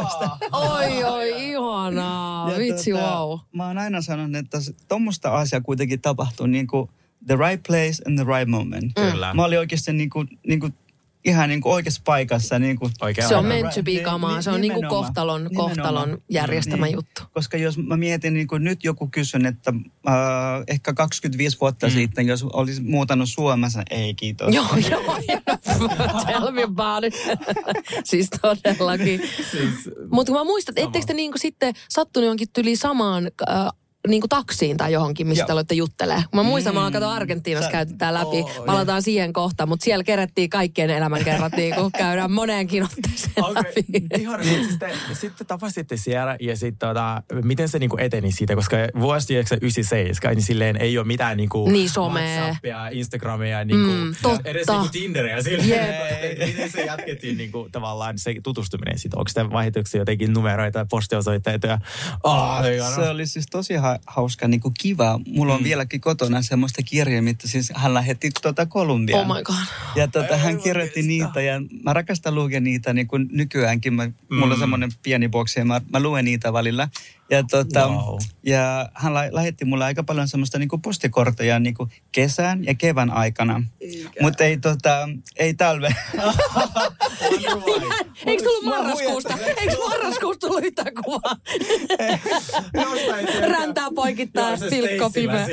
Speaker 6: Oi, oi, ihanaa. Ja vitsi, tota, wow.
Speaker 13: Mä oon aina sanonut, että tommoista asiaa kuitenkin tapahtuu niin kuin the right place and the right moment. Kyllä. Mä olin oikeasti niinku, niinku, ihan niinku oikeassa paikassa. Niinku,
Speaker 6: se on meant to be kamaa. Se on niinku kohtalon, kohtalon järjestämä niin, juttu.
Speaker 13: Koska jos mä mietin, niinku, nyt joku kysyn, että äh, ehkä kaksikymmentäviisi vuotta mm. sitten, jos olisi muutannut Suomessa, ei kiitos.
Speaker 6: Joo, joo, joo. Tell me about it. Siis todellakin. Siis, mutta mä muistan, että etteikö te niinku sitten sattunut jonkin tyliin samaan Äh, niin kuin taksiin tai johonkin, mistä te oloitte juttelemaan. Mä muistan, mm. mä kato Argentiinassa käytetään läpi. Oh, palataan yeah. siihen kohtaan, mutta siellä kerättiin kaikkien elämänkerrat, niin kuin käydään moneenkin otteeseen okay. läpi.
Speaker 5: Ihan, sitten, sitten tapasitte siellä ja sitten tota, miten se niin kuin eteni siitä, koska vuosi yhdeksänkymmentäseitsemän, niin silleen ei ole mitään niin kuin
Speaker 6: niin
Speaker 5: WhatsAppia, Instagramia, niin kuin,
Speaker 6: mm, totta.
Speaker 5: edes niin kuin Tinderia. Silleen, yep. Miten se jatkettiin niin kuin, tavallaan se tutustuminen siitä? Onko sitä vaihtoeksi jotenkin numeroita, postiosoitteita? Ja, oh,
Speaker 13: se oli siis tosi hauska, niin kuin kiva. Mulla on mm. vieläkin kotona semmoista kirjaa, mitä siis hän lähetti tuota Kolumbiaan.
Speaker 6: Oh my god.
Speaker 13: Ja tuota, hän kirjoitti niitä ja mä rakastan lukea niitä niin kuin nykyäänkin. Mä, mm. Mulla on semmoinen pieni boksi ja mä, mä luen niitä välillä. Ja, tuota, wow. ja hän la, lähetti mulle aika paljon semmoista niin kuin postikortteja niin kuin kesän ja kevään aikana. Mutta ei, tota, ei talve.
Speaker 6: Eikö tullut marraskuusta? Eikö marraskuusta tullut yhtään kuvaa? Räntää poikittaa, pilkko pimeä.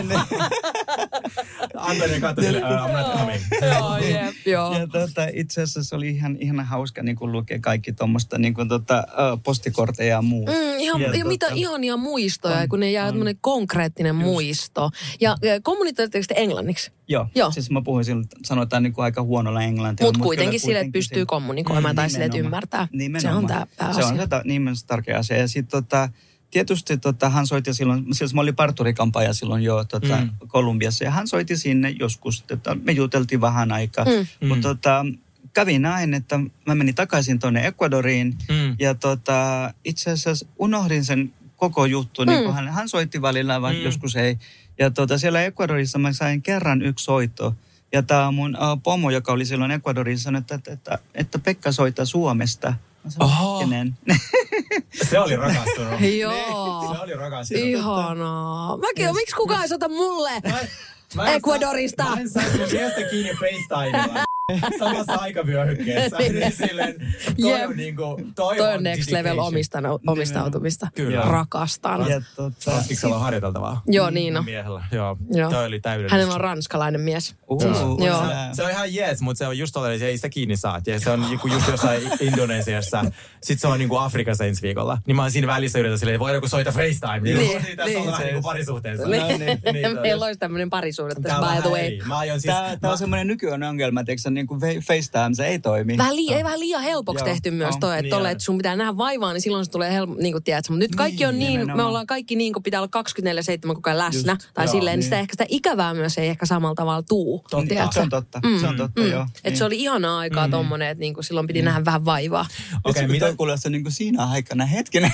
Speaker 5: Antoni katsoi sille, I'm not coming.
Speaker 6: Joo, jep, joo.
Speaker 13: Ja tota, itse asiassa oli ihan, ihan hauska niin kuin lukea kaikki tuommoista niin kuin, tota, postikortteja ja muuta.
Speaker 6: Mm, ihan, ja, ja tota, mitä ihania muistoja, on, kun ne jää tämmöinen konkreettinen just. muisto. Ja kommunikoitteko te englanniksi?
Speaker 13: Joo, joo. Siis mä puhuin silloin, sanotaan niin kuin aika huonolla englantia.
Speaker 6: Mutta kuitenkin sille, että pystyy kommunikoimaan mm, tai sille, että ymmärtää.
Speaker 13: Nimenomaan.
Speaker 6: Se on tämä pääasia.
Speaker 13: Se on tämä nimenomaan tärkeä asia. Ja sitten tota, tietysti tota, hän soitti silloin, siis mä olin parturikampaaja silloin jo tota, mm. Kolumbiassa. Ja hän soitti sinne joskus, että me juteltiin vähän aikaa. Mm. Mutta tota, kävi näin, että mä menin takaisin tuonne Ecuadoriin. Mm. Ja tota, itse asiassa unohdin sen koko juttu. Mm. Niin kun hän, hän soitti välillä, vaan mm. joskus ei. Ja tota, siellä Ecuadorissa mä sain kerran yksi soitto. Ja tämä mun uh, pomo, joka oli silloin Ecuadorissa, sanoi, että, että, että, että Pekka soittaa Suomesta.
Speaker 5: Oho. Se oli rakastunut.
Speaker 6: Joo.
Speaker 5: Se oli rakastunut.
Speaker 6: Ihanaa. Mäkin on, miksi kukaan ei soita mulle mä, mä Ecuadorista?
Speaker 5: Mä en saisi mun miestä kiinni FaceTimella. Samassa aikavyöhykkeessä. Niin silleen, toi yep. on niinku, toi,
Speaker 6: toi on next level omistanu, omistautumista.
Speaker 5: Kyllä.
Speaker 6: Rakastan.
Speaker 5: Ranskiksella on harjoiteltavaa.
Speaker 6: Joo, niin on.
Speaker 5: Miehellä. Joo.
Speaker 6: Joo.
Speaker 5: Toi oli täydellistä.
Speaker 6: Hänellä on ranskalainen mies.
Speaker 13: Uh,
Speaker 6: siis,
Speaker 13: uh,
Speaker 6: joo.
Speaker 5: Se, se on ihan jees, mutta se on just tollainen, ei sitä kiinni saa. Ja se on just jossain Indonesiassa. Sitten se on niinku Afrikassa ensi viikolla. Niin mä oon siinä välissä yritän silleen, että voi joku soita FaceTime. Niin, niin, niin tässä on vähän niinku parisuhteessa.
Speaker 6: Meillä olisi tämmöinen parisuhde tässä, by the way.
Speaker 13: Tämä on semmoinen nykyään ongelma, että niin kuin FaceTime, se ei toimi.
Speaker 6: Vähän, li- ei vähän liian helpoksi joo, tehty myös toi, että, niin että sun pitää nähdä vaivaa, niin silloin se tulee helppo, niin kuin tiedätkö. Mutta nyt kaikki on niin, niin me ollaan kaikki niin kuin pitää olla kaksikymmentäneljä seitsemän koko ajan läsnä. Just, tai joo, silleen, niin sitä ehkä sitä ikävää myös ei ehkä samalla tavalla tuu.
Speaker 13: Totta. Se on totta, mm, se on totta, mm. joo.
Speaker 6: Että niin. Se oli ihanaa aikaa mm. tommonen, että niin kuin silloin piti mm. nähdä vähän vaivaa.
Speaker 13: Okei, okay, mitä kuulee se niin kuin siinä aikana hetkinen?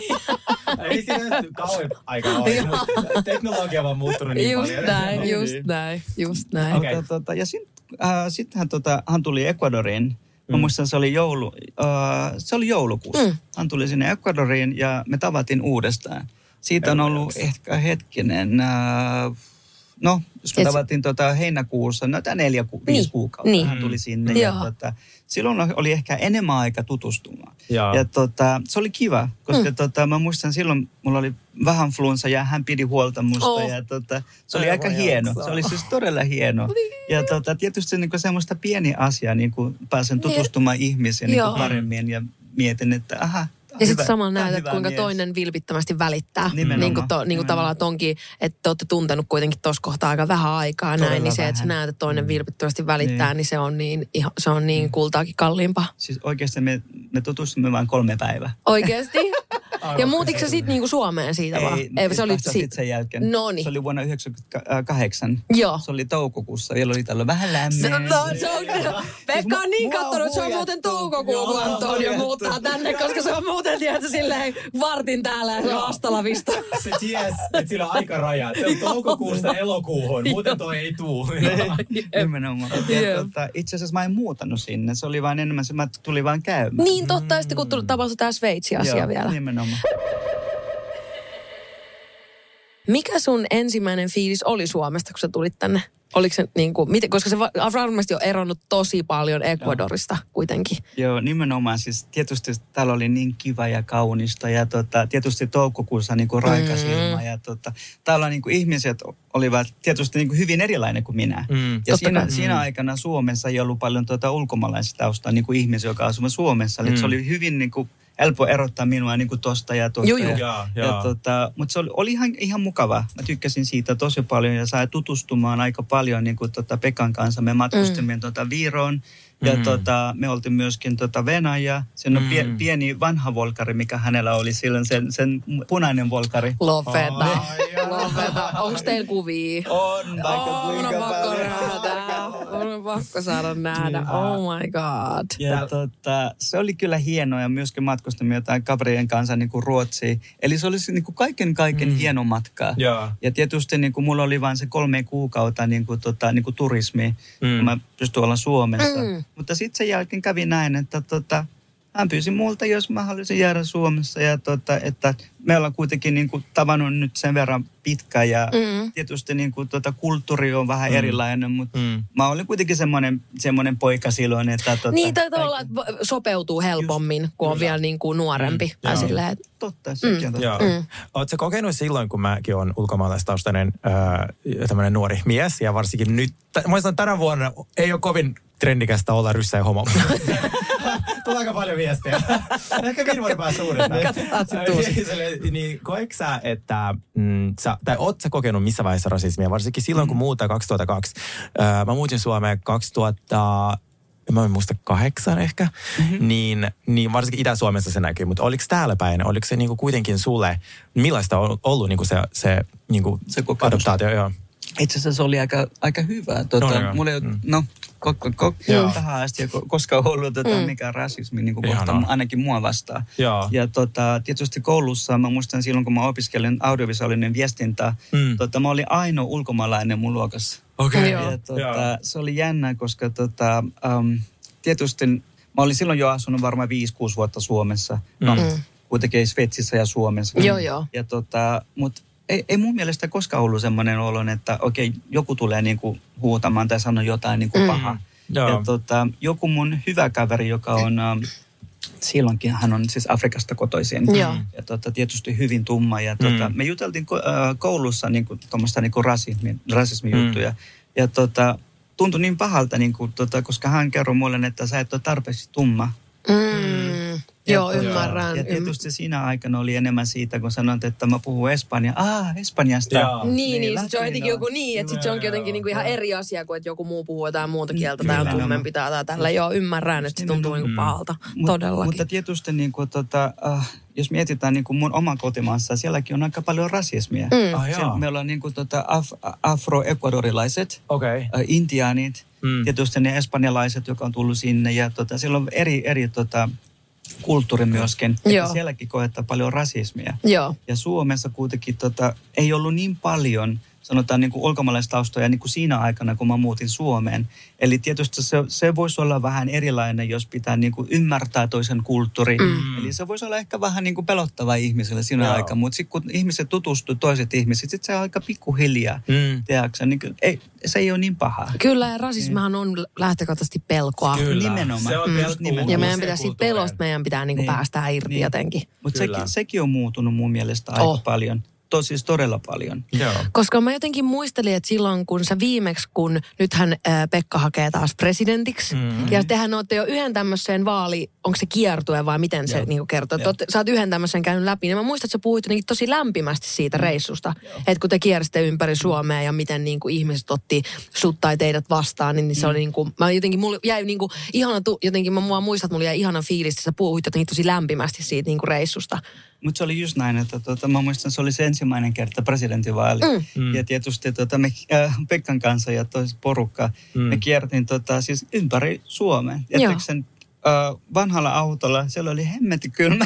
Speaker 5: Ei siinä kauan aikaa ole, mutta teknologia on muuttunut niin
Speaker 6: just
Speaker 5: paljon.
Speaker 6: Näin, just näin, just näin.
Speaker 13: Okay. Tota, ja sitten äh, sit hän, tota, hän tuli Ecuadoriin. Mä mm. muistan, se oli, joulu, äh, se oli joulukuussa. Mm. Hän tuli sinne Ecuadoriin ja me tavattiin uudestaan. Siitä on ollut ehkä hetkinen, äh, no, jos me tavattiin tota heinäkuussa, no tämä neljä, ku, viisi niin. kuukautta niin. hän tuli sinne. Ja, tota, silloin oli ehkä enemmän aika tutustumaan. Ja, ja tota, se oli kiva, koska mm. tota, mä muistan silloin, mulla oli vähän flunssa ja hän pidi huolta musta. Oh. Ja tota, se oli Ai, aika hieno. Jaksaa. Se oli siis todella hieno. Ja tota, tietysti niin kuin semmoista pieni asia, niin kuin pääsen tutustumaan niin. ihmisiin niin kuin paremmin ja mietin, että aha.
Speaker 6: Ja sitten samalla näytät, kuinka mies. toinen vilpittömästi välittää. Nimenomaan. Niin kuin, to, niin kuin tavallaan tonkin, että te olette tuntenut kuitenkin tuossa kohtaa aika vähän aikaa Todella näin, niin se, että sä näet, että toinen vilpittömästi välittää, niin, niin se on niin, se on niin kultaakin kalliimpaa.
Speaker 13: Siis oikeasti me, me tutustumme vain kolme päivää.
Speaker 6: Oikeasti? Ja muutitko sä sitten niinku Suomeen siitä
Speaker 13: ei,
Speaker 6: vaan?
Speaker 13: Ei, se oli sitten sen jälkeen.
Speaker 6: Noniin.
Speaker 13: Se oli vuonna yhdeksänkymmentäkahdeksan.
Speaker 6: Joo.
Speaker 13: Se oli toukokuussa. Vielä oli täällä vähän lämmin.
Speaker 6: Se, no, se on, Pekka on niin kattonut, että se on muuten toukokuun, kun Antonio muuttaa tänne, koska se on muuten tietysti silleen vartin täällä ja se on astalavista.
Speaker 5: Se ties, että sillä on aikaraja. Se on toukokuusta elokuuhun, muuten toi ei tuu.
Speaker 13: Nimenomaan. Tota, itse asiassa mä en muutanut sinne. Se oli vaan enemmän, mä tulin vaan käymään.
Speaker 6: Niin totta, ja sitten kun tapahtui tämä Sveitsi-asia vielä.
Speaker 13: Nimenomaan.
Speaker 6: Mikä sun ensimmäinen fiilis oli Suomesta, kun sä tulit tänne? Oliko se niin kuin, miten, koska se varmasti on eronnut tosi paljon Ecuadorista Joo. kuitenkin.
Speaker 13: Joo, nimenomaan. Siis tietysti täällä oli niin kiva ja kaunista ja tota, tietysti toukokuussa niin kuin raikas mm. ilma. Ja tota, täällä niin kuin ihmiset olivat tietysti niin kuin hyvin erilainen kuin minä. Mm. Ja siinä, mm. siinä aikana Suomessa ei ollut paljon tuota ulkomaalaistaustaa niin kuin ihmisiä, joka asui Suomessa. Mm. Se oli hyvin niin kuin helppo erottaa minua niin kuin tosta ja tosta.
Speaker 6: Joo, joo.
Speaker 13: Ja, ja, ja tota, mutta se oli, oli ihan, ihan mukava. Mä tykkäsin siitä tosi paljon ja sai tutustumaan aika paljon niin kuin tota Pekan kanssa. Me matkustimme mm. tota Viroon ja mm. tota, me oltiin myöskin tota Venäjä. Se on mm. pie, pieni vanha volkari, mikä hänellä oli silloin, sen, sen punainen volkari.
Speaker 6: Lopeta, oh, lopeta. Onko teillä kuvia?
Speaker 13: On, vaikka
Speaker 6: oh, kuinka paljon. On pakko saada nähdä. Oh my god.
Speaker 13: Ja tota, se oli kyllä hienoa ja myöskin matkustimme jotain kaverien kanssa niin kuin Ruotsiin. Eli se oli niin kuin kaiken kaiken mm. hieno matka. Ja, ja tietysti niin kuin mulla oli vain se kolme kuukautta niin kuin, tota, niin kuin turismi, mm. kun mä pystyin olla Suomessa. Mm. Mutta sitten sen jälkeen kävi näin, että tota, hän pyysi multa, jos mä haluaisin jäädä Suomessa. Ja tota, että me ollaan kuitenkin niin kuin tavannut nyt sen verran pitkä ja mm. tietysti niin kuin, tota, kulttuuri on vähän mm. erilainen, mutta mm. mä olin kuitenkin semmoinen, semmoinen poika silloin, että... Tota,
Speaker 6: niin, taitaa olla, että sopeutuu helpommin, just, kun on vielä niin kuin nuorempi. Mm. Silleen, että...
Speaker 13: Totta, sekin on totta.
Speaker 5: Mm. Oletko kokenut silloin, kun mäkin olen ulkomaalaistaustainen äh, tämmöinen nuori mies, ja varsinkin nyt, t- mä sanon, tänä vuonna ei ole kovin trendikästä olla ryssä ja homo. Tulee aika paljon viestiä. Ehkä viiden vuoden päästä uudestaan.
Speaker 6: Katsotaan sitten
Speaker 5: Niin koetko sä, että mm, sä, tai oot sä kokenut missä vaiheessa rasismia? Varsinkin silloin, kun muuta kaksituhattakaksi. Äh, mä muutin Suomeen kaksituhatta... Mä en muista kahdeksan ehkä, mm-hmm. niin, niin varsinkin Itä-Suomessa se näkyy. Mutta oliko täällä päin, oliko se niinku kuitenkin sulle, millaista on ollut niinku se, se, niinku
Speaker 13: se
Speaker 5: adoptaatio? Joo.
Speaker 13: Itse asiassa se oli aika, aika hyvä. Tuota, no, mulla ei mm. no, ko, ko, ko, tähän asti ei koskaan ollut tota, mm. mikään rasismi niin kohta, ainakin mua vastaan. Ja, ja tota, tietysti koulussa, mä muistan silloin, kun mä opiskelin audiovisuaalinen viestintä, mm. tota, mä olin ainoa ulkomaalainen mun luokassa.
Speaker 5: Okay.
Speaker 13: Ja, tota, se oli jännä, koska tota, um, tietysti mä olin silloin jo asunut varmaan viisi kuusi vuotta Suomessa. No, mm. kuitenkin Sveitsissä ja Suomessa.
Speaker 6: Joo, joo.
Speaker 13: Ja tota, mut ei, ei mun mielestä koskaan ollut semmoinen olo, että okei, okay, joku tulee niinku huutamaan tai sanoa jotain niinku pahaa. Mm. Ja tota, joku mun hyvä kaveri, joka on... Um, silloinkin hän on siis Afrikasta kotoisin.
Speaker 6: Joo.
Speaker 13: Ja tota, tietysti hyvin tumma. Ja tota, mm. me juteltiin koulussa niinku, tuommoista niinku rasismi, rasismijuttuja. Mm. Ja tota, tuntui niin pahalta, niinku, tota, koska hän kerroi mulle, että sä et ole tarpeeksi tumma.
Speaker 6: Mm.
Speaker 13: Ja,
Speaker 6: Joo, ymmärrän.
Speaker 13: Ja tietysti siinä aikana oli enemmän siitä, kun sanoit, että mä puhun espanjaa. Ah, espanjasta.
Speaker 6: Joo. Niin, niin, niin se on jotenkin joku niin, että sit se onkin jotenkin niinku ihan eri asia kuin, että joku muu puhuu jotain muuta kieltä tai on tummempi tai tällä. Joo, ymmärrän, että se tuntuu niinku pahalta.
Speaker 13: Mut,
Speaker 6: todellakin.
Speaker 13: Mutta tietysti niinku, tota, uh, jos mietitään niinku mun oma kotimaassa, sielläkin on aika paljon rasismia.
Speaker 6: Mm.
Speaker 5: Ah,
Speaker 13: Siellä, meillä on niinku, tota, af- afro-ecuadorilaiset,
Speaker 5: okay.
Speaker 13: uh, intiaanit, mm. tietysti ne espanjalaiset, jotka on tullut sinne. Ja tota, siellä on eri, eri tota, kulttuuri myöskin, että sielläkin koetaan paljon rasismia.
Speaker 6: Joo.
Speaker 13: Ja Suomessa kuitenkin tota, ei ollut niin paljon sanotaan niin kuin ulkomaalaistaustoja niin kuin siinä aikana, kun mä muutin Suomeen. Eli tietysti se, se voisi olla vähän erilainen, jos pitää niin kuin ymmärtää toisen kulttuuri. Mm. Eli se voisi olla ehkä vähän niin kuin pelottava ihmiselle siinä aikaa, mutta sitten kun ihmiset tutustuu toiset ihmiset, sitten se on aika pikkuhiljaa, mm. tiedätkö, niin kuin, ei, se ei ole niin paha.
Speaker 6: Kyllä, ja rasismihan on lähtökohtaisesti pelkoa.
Speaker 13: Kyllä. Nimenomaan.
Speaker 6: Se on pelko. Mm. Ja meidän pitää siitä pelosta, meidän pitää niin kuin niin. päästä irti niin. jotenkin.
Speaker 13: Mutta sekin, sekin on muuttunut mun mielestä aika oh. paljon. To, siis todella paljon.
Speaker 6: Joo. Koska mä jotenkin muistelin, että silloin kun sä viimeksi, kun nythän ää, Pekka hakee taas presidentiksi, mm-hmm. ja tehän ootte jo yhden tämmöisen vaali, onko se kiertue vai miten se niinku kertoo, että sä oot yhden tämmöisen käynyt läpi, niin mä muistan, että sä puhuit jotenkin tosi lämpimästi siitä reissusta, että kun te kiersitte ympäri Suomea ja miten niinku ihmiset otti sut tai teidät vastaan, niin, niin se mm. oli niinku, mä jotenkin, mulla jäi niinku ihana, jotenkin mä mua muistan, että mulla jäi ihana fiilis, että sä puhuit jotenkin tosi lämpimästi siitä niinku reissusta.
Speaker 13: Mutta se oli just näin, että tuota, mä muistan, se oli se ensimmäinen kerta presidentinvaali. Mm. Ja tietysti tuota, me äh, Pekkan kanssa ja tois porukka, mm. me kiertiin tuota, siis ympäri Suomen. Ja sen äh, vanhalla autolla, siellä oli hemmetin kylmä.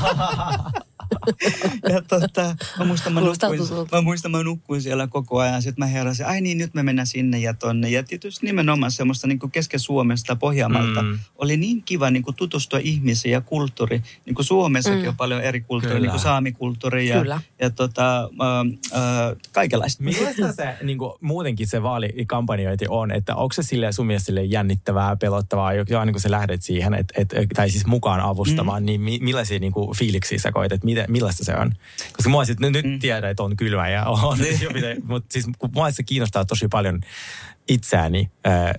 Speaker 13: ja tota, mä muistan, mä nukkuin, mä muistan, mä nukkuin siellä koko ajan. Sitten mä heräsin, ai niin, nyt me mennään sinne ja tonne. Ja tietysti nimenomaan semmoista niin kuin Keski-Suomesta, Pohjanmaalta mm. oli niin kiva niin kuin tutustua ihmisiin ja kulttuuri. Niin kuin Suomessakin mm. on paljon eri kulttuuria, niin kuin saamikulttuuri ja, ja tota, äh, äh, kaikenlaista.
Speaker 5: Millaista se niin kuin, muutenkin se vaalikampanjointi on? Että onko se silleen sun mielestä silleen jännittävää, pelottavaa, jo niin kuin sä lähdet siihen, et, et, tai siis mukaan avustamaan, mm. niin mi, millaisia niin kuin, fiiliksiä sä koet, että miten millaista se on? Koska mua sitten nyt mm. tiedän, että on kylmä ja on. Mutta siis mua se kiinnostaa tosi paljon itseäni.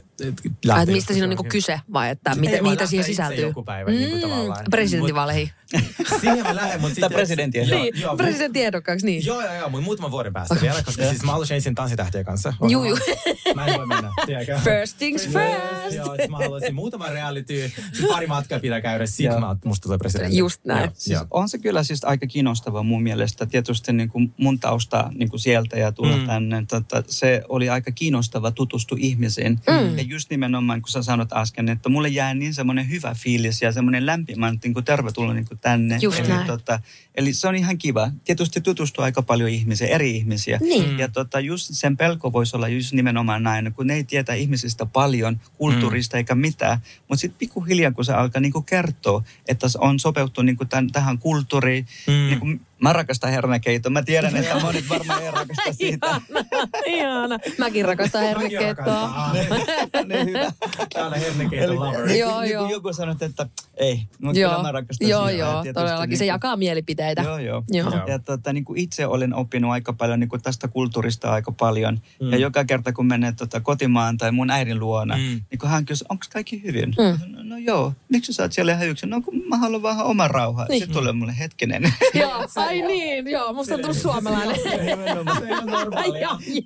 Speaker 6: Äh, että mistä siinä on niinku kyse vai että mitä, mitä siihen sisältyy?
Speaker 5: Joku päivä mm, niin tavallaan.
Speaker 6: Presidentinvaaleihin.
Speaker 5: Siihen mä lähden, mutta sitten...
Speaker 13: Presidentin.
Speaker 6: Niin, presidentinehdokkaaksi, niin.
Speaker 5: Joo, joo, joo, mutta muutaman vuoden päästä vielä, koska siis mä haluaisin ensin tanssitähtien kanssa.
Speaker 6: Juu, juu.
Speaker 5: Mä en voi mennä, tiedäkö?
Speaker 6: First things first.
Speaker 5: Joo, mä haluaisin muutaman reality, sitten pari matkaa pitää käydä, sitten mä musta tulee presidentti.
Speaker 6: Just näin.
Speaker 13: Siis on se kyllä siis aika kiinnostava mun mielestä. Tietysti niin kuin mun tausta niin kuin sieltä ja tulla mm. tänne. Tota, se oli aika kiinnostava tutustua ihmisiin. Mm. Ja just nimenomaan, kun sä sanot äsken, että mulle jää niin semmoinen hyvä fiilis ja semmoinen lämpimä niin kuin tervetuloa niin kuin tänne.
Speaker 6: Just
Speaker 13: eli,
Speaker 6: näin.
Speaker 13: Tota, eli se on ihan kiva. Tietysti tutustua aika paljon ihmisiä, eri ihmisiä.
Speaker 6: Niin.
Speaker 13: Ja tota, just sen pelko voisi olla just nimenomaan näin, kun ne ei tietää ihmisistä paljon, kulttuurista mm. eikä mitään. Mutta sitten pikkuhiljaa, kun se alkaa niin kuin kertoa, että on sopeutunut niin kuin tämän, tähän kulttuuriin, mm. niin kuin mä rakastan hernekeittoa. Mä tiedän, että monet varmaan ei rakasta siitä.
Speaker 6: Ihana, ihana. Mäkin rakastan hernekeittoa.
Speaker 13: Niin hyvä.
Speaker 5: Tää on hernekeiton lover.
Speaker 6: Joo, joo.
Speaker 13: Joku sanoo, että ei, mutta kyllä mä rakastan
Speaker 6: joo,
Speaker 13: sitä.
Speaker 6: Joo, joo, todellakin. Niin, se jakaa mielipiteitä.
Speaker 13: Joo, joo. joo. Ja tota, niin kuin itse olen oppinut aika paljon niin kuin tästä kulttuurista aika paljon. Mm. Ja joka kerta, kun menen tota, kotimaan tai mun äidin luona, mm. niin kun hän kysyy, onko kaikki hyvin? Mm. No, no joo, miksi sä oot siellä ihan yksin? No kun mä haluan vähän oman rauhaa. Niin. Sitten tulee mulle hetkinen.
Speaker 6: Joo, ai niin, joo, musta on tullut suomalainen.
Speaker 13: Se ei ole normaalia.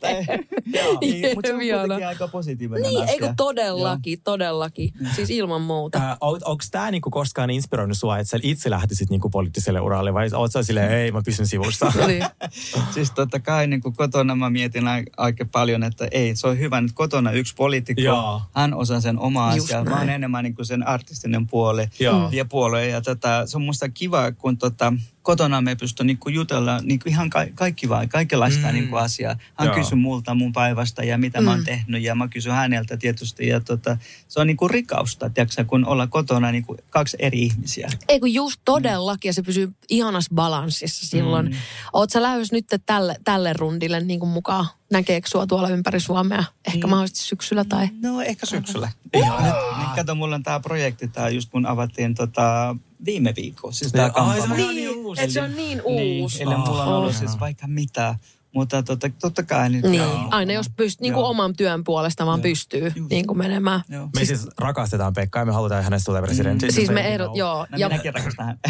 Speaker 13: Mutta se on kuitenkin aika positiivinen
Speaker 6: niin,
Speaker 13: asia.
Speaker 6: Eikö todellakin, joo. todellakin. Siis ilman muuta.
Speaker 5: Äh, Onko tämä niinku koskaan inspiroinut sua, että sä itse lähtisit niinku poliittiselle uralle, vai oot sä silleen, ei, mä pysyn sivussa?
Speaker 13: Siis totta kai niin kotona mä mietin aika paljon, että ei, se on hyvä nyt kotona yksi poliitikko.
Speaker 5: Joo.
Speaker 13: Hän osaa sen oma asia. Mä oon enemmän niin kuin sen artistinen puoli
Speaker 5: joo.
Speaker 13: ja puolue. Ja tota, se on musta kiva, kun tota, kotona me pystyn niinku jutella niinku ihan ka- kaikki vaan, kaikenlaista mm. niinku asiaa. Hän kysyy multa mun päivästä ja mitä mm. mä oon tehnyt ja mä kysyn häneltä tietysti. Ja tota, se on niinku rikausta, tiiäksä, kun olla kotona niinku kaksi eri ihmisiä.
Speaker 6: Ei kun just todellakin, ja se pysyy ihanassa balanssissa silloin. Mm. Oot sä lähdössä nyt tälle, tälle rundille niinku mukaan? Näkeekö sua tuolla ympäri Suomea? Ehkä mm. mahdollisesti syksyllä tai?
Speaker 13: No ehkä syksyllä. Ihan nyt, niin kato, mulla on tää projekti, tää just kun avattiin tota viime viikolla. Siis tää kampanja.
Speaker 6: Niin, että se on niin uusi.
Speaker 13: Niin, eli mulla on ollut siis vaikka mitä. Mutta totta, totta kai. Niin,
Speaker 6: niin. Aina jos pyst, niin kuin oman työn puolesta vaan joo. pystyy niin kuin menemään.
Speaker 5: Joo. Me siis rakastetaan Pekkaa ja me halutaan hänestä tulee presidentti.
Speaker 6: Mm. Siis me ehdot, joo.
Speaker 13: No, ja minäkin rakastan hän.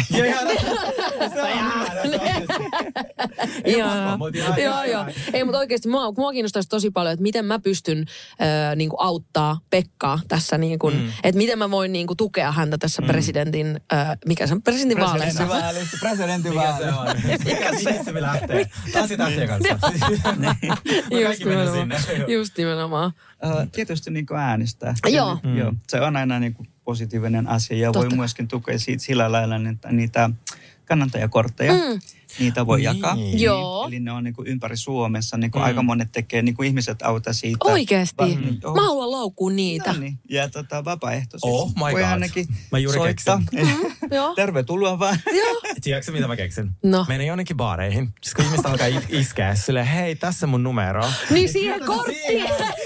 Speaker 6: Joo, joo. Ei, mutta oikeasti mua, mua kiinnostaisi tosi paljon, että miten mä pystyn äh, niin kuin auttaa Pekkaa tässä, niin kuin, mm. että miten mä voin niin kuin tukea häntä tässä mm. presidentin, äh, mikä se on, presidentinvaaleissa.
Speaker 13: Presidentinvaaleissa.
Speaker 5: Mikä mihin se me lähtee? Tanssitähtien kanssa.
Speaker 6: Just nimenomaan. Just nimenomaan.
Speaker 13: Uh, tietysti niin kuin äänestää.
Speaker 6: Joo.
Speaker 13: Mm. Joo. Se on aina niin kuin positiivinen asia ja totta. Voi myöskin tukea siitä sillä lailla niitä, niitä kannantajakortteja. Mm. niitä voi
Speaker 5: niin.
Speaker 13: jakaa.
Speaker 6: Joo.
Speaker 13: Eli ne on niin kuin ympäri Suomessa. Niin kuin
Speaker 5: Mm.
Speaker 13: aika monet tekee, niin kuin ihmiset auta siitä.
Speaker 6: Oikeesti?
Speaker 13: Mm.
Speaker 6: Mä haluan laukkua niitä.
Speaker 13: No niin. Ja tota, vapaaehtoisesti.
Speaker 5: Oh my
Speaker 13: voi
Speaker 5: god.
Speaker 13: ainakin
Speaker 5: Mä juuri
Speaker 13: soittaa.
Speaker 5: keksin.
Speaker 6: Joo.
Speaker 13: Tervetuloa vaan.
Speaker 6: Joo.
Speaker 5: Tiedätkö mitä mä keksin?
Speaker 6: No.
Speaker 5: Menen jonnekin baareihin. Siis kun ihmiset alkaa it- iskeä silleen, hei, tässä mun numero.
Speaker 6: Niin siihen korttiin.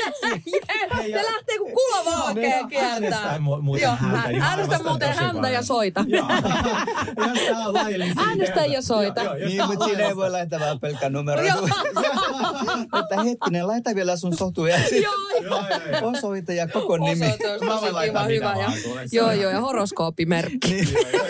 Speaker 6: Ne lähtee kuin kulovalkeen kiertää.
Speaker 5: Äänestää mu- muuten
Speaker 6: Joo,
Speaker 5: häntä. niin
Speaker 6: äänestä
Speaker 5: arvostan
Speaker 6: muuten
Speaker 5: tosi
Speaker 6: häntä
Speaker 5: paljon.
Speaker 6: ja soita.
Speaker 5: Joo. Jos tää on laillisia.
Speaker 6: Äänestä ja soita.
Speaker 5: Joo, joo, jos
Speaker 13: Niin,
Speaker 5: tää on
Speaker 13: mutta siinä ei
Speaker 5: laillista.
Speaker 13: voi laittaa vaan pelkkää numeroa.
Speaker 6: Joo.
Speaker 13: Että hetkinen, laita vielä sun sotuja.
Speaker 6: Joo.
Speaker 13: Osoite ja koko nimi.
Speaker 6: Osoite olisi
Speaker 5: Mä voin
Speaker 6: tosi kiva,
Speaker 5: laittaa
Speaker 6: hyvä.
Speaker 5: mitä
Speaker 6: Ja,
Speaker 5: vaan, kuule.
Speaker 6: joo, joo, ja horoskooppimerkki.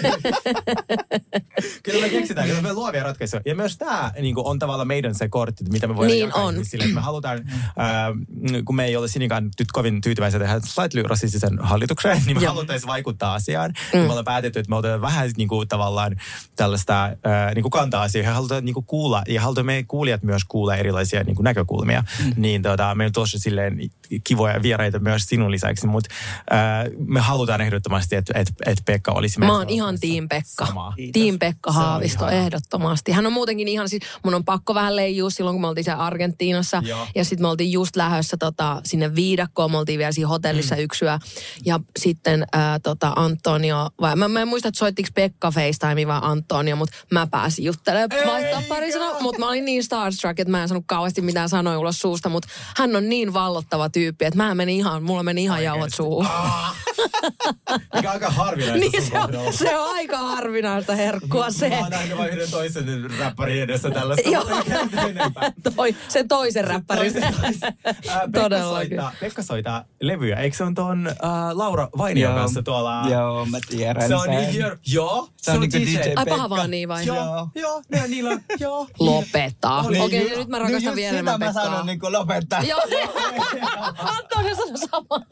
Speaker 5: Kyllä me keksitään, kyllä me luovia ratkaisuja. Ja myös tämä niin on tavallaan meidän se kortti, mitä me voidaan
Speaker 6: Niin
Speaker 5: jakaa.
Speaker 6: on.
Speaker 5: Sille, että me halutaan, äh, kun me ei ole Sinikaan nyt kovin tyytyväisiä tehdä slightly rasistisen hallitukseen, niin me
Speaker 6: Joo.
Speaker 5: haluttaisiin vaikuttaa asiaan.
Speaker 6: Mm.
Speaker 5: Me ollaan päätetty, että me otetaan vähän niin kuin, tavallaan tällaista äh, niin kuin kantaa asioihin. Ja halutaan niin kuin, kuulla, ja halutaan meidän kuulijat myös kuulla erilaisia niin kuin, näkökulmia. Mm. Niin tota, me on tuossa silleen kivoja vieraita myös sinun lisäksi, mutta äh, me halutaan ehdottomasti, että et, et Pekka olisi
Speaker 6: Mä
Speaker 5: meidän
Speaker 6: oon ihan Team Pekka.
Speaker 5: Sama.
Speaker 6: Team Pekka
Speaker 5: Se on
Speaker 6: Haavisto,
Speaker 5: ihana.
Speaker 6: ehdottomasti. Hän on muutenkin ihan siis, mun on pakko vähän leijua silloin, kun me oltiin siellä Argentiinassa.
Speaker 5: Joo.
Speaker 6: Ja sitten me oltiin just lähdössä tota, sinne viidakkoon, me oltiin vielä siinä hotellissa mm. yksyä. Ja sitten ää, tota, Antonio, vai mä, mä en muista, että soittiko Pekka FaceTime vai Antonio, mutta mä pääsin juttelemaan, vaihtaa pari sanaa. Mutta mä olin niin starstruck, että mä en sanonut kauheasti mitään sanoja ulos suusta, mutta hän on niin vallottava tyyppi, että mä menin ihan, mulla meni ihan jauhot suuhun.
Speaker 5: Mikä on aika harvinaista
Speaker 6: Niin
Speaker 5: sun
Speaker 6: se on,
Speaker 5: kohdalla.
Speaker 6: se on aika harvinaista herkkua se.
Speaker 5: Mä oon nähnyt vain yhden toisen räppärin edessä tällaista.
Speaker 6: Joo.
Speaker 5: Mä en kerro enempää.
Speaker 6: Toi, sen toisen räppärin.
Speaker 5: Toisen, toisen. Äh, Pekka
Speaker 6: Todellakin.
Speaker 5: soittaa, Pekka soittaa levyjä. Eikö se on tuon äh, Laura Vainion
Speaker 13: Joo.
Speaker 5: kanssa tuolla?
Speaker 13: Joo, mä tiedän
Speaker 5: Se on
Speaker 13: sen.
Speaker 5: niin hieno. Joo,
Speaker 13: Se on niinku D J
Speaker 6: Ai
Speaker 13: Pekka.
Speaker 6: paha vaan niin vai?
Speaker 5: Joo,
Speaker 13: Joo.
Speaker 5: joo, joo, niillä on, joo.
Speaker 6: Lopeta.
Speaker 5: Niin,
Speaker 6: Okei,
Speaker 5: just-
Speaker 6: nyt mä rakastan vielä enemmän
Speaker 13: Sitä mä
Speaker 6: Pekkaa.
Speaker 13: sanon niin kuin lopettaa.
Speaker 6: Joo, Antonio sanoi samaa.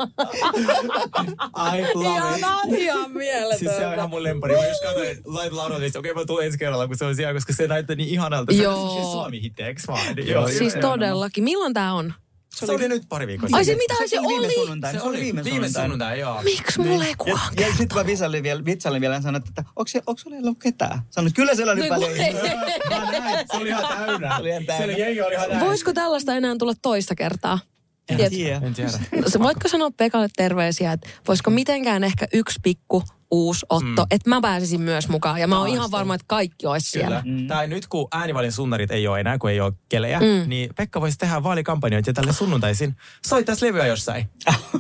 Speaker 5: I love it.
Speaker 6: Ihanaa, ihan mieletöntä.
Speaker 5: Siis se on ihan mun lempari. Mä just katsoin Live Laura, niin okei mä tulen ensi kerralla, kun se on siellä, koska se näyttää niin ihanalta. Se
Speaker 6: Joo.
Speaker 5: on siis Suomi-hitti, eikö vaan? Niin,
Speaker 13: Joo,
Speaker 6: Siis
Speaker 13: joo.
Speaker 6: todellakin. Milloin tää on?
Speaker 5: Se oli nyt pari viikkoa
Speaker 6: Ai se
Speaker 5: sitten.
Speaker 6: mitä se
Speaker 13: oli viime
Speaker 6: oli?
Speaker 13: sunnuntaina.
Speaker 5: Se oli viime sunnuntai, joo.
Speaker 6: Miksi mulla ei
Speaker 13: Ja,
Speaker 6: kukaan
Speaker 13: ja sitten mä vitsailin vielä, vitsailin vielä ja sanoin, että onko, se, onko sulla ollut ketään? Sanoin, kyllä siellä oli
Speaker 6: No,
Speaker 13: paljon
Speaker 6: kun ei.
Speaker 13: ihmisiä.
Speaker 5: Mä näin, se oli ihan täynnä.
Speaker 13: Se oli ihan täynnä.
Speaker 5: Se oli jengi oli ihan täynnä.
Speaker 6: Voisiko tällaista enää tulla toista kertaa?
Speaker 13: En
Speaker 6: Tiedät-
Speaker 13: tiedä.
Speaker 5: En tiedä.
Speaker 6: No, voitko sanoa Pekalle terveisiä, että voisiko mitenkään ehkä yksi pikku uusi otto, mm. että mä pääsisin myös mukaan. Ja mä oon
Speaker 5: Taas
Speaker 6: ihan varma, että kaikki olisi siellä.
Speaker 5: Kyllä. Mm. Tai nyt kun äänivalin sunnarit ei ole enää, kun ei ole kelejä,
Speaker 6: Mm.
Speaker 5: niin Pekka voisi tehdä vaalikampanjoita ja tälle sunnuntaisin soittaisi levyä jossain.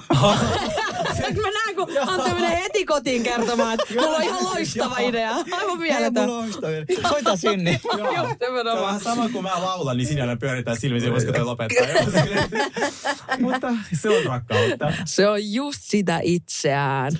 Speaker 6: Mä näen, kun Antti menee heti kotiin kertomaan, että mulla on ihan loistava idea. Aivan
Speaker 13: Hei,
Speaker 6: mieletön.
Speaker 13: mulla on ystäviä. Soita sinne.
Speaker 6: Joo,
Speaker 5: Se on vähän sama kuin mä laulan, niin sinä pyöritään silmissä, voisiko toi lopettaa. Mutta se on rakkautta.
Speaker 6: Se on just sitä itseään.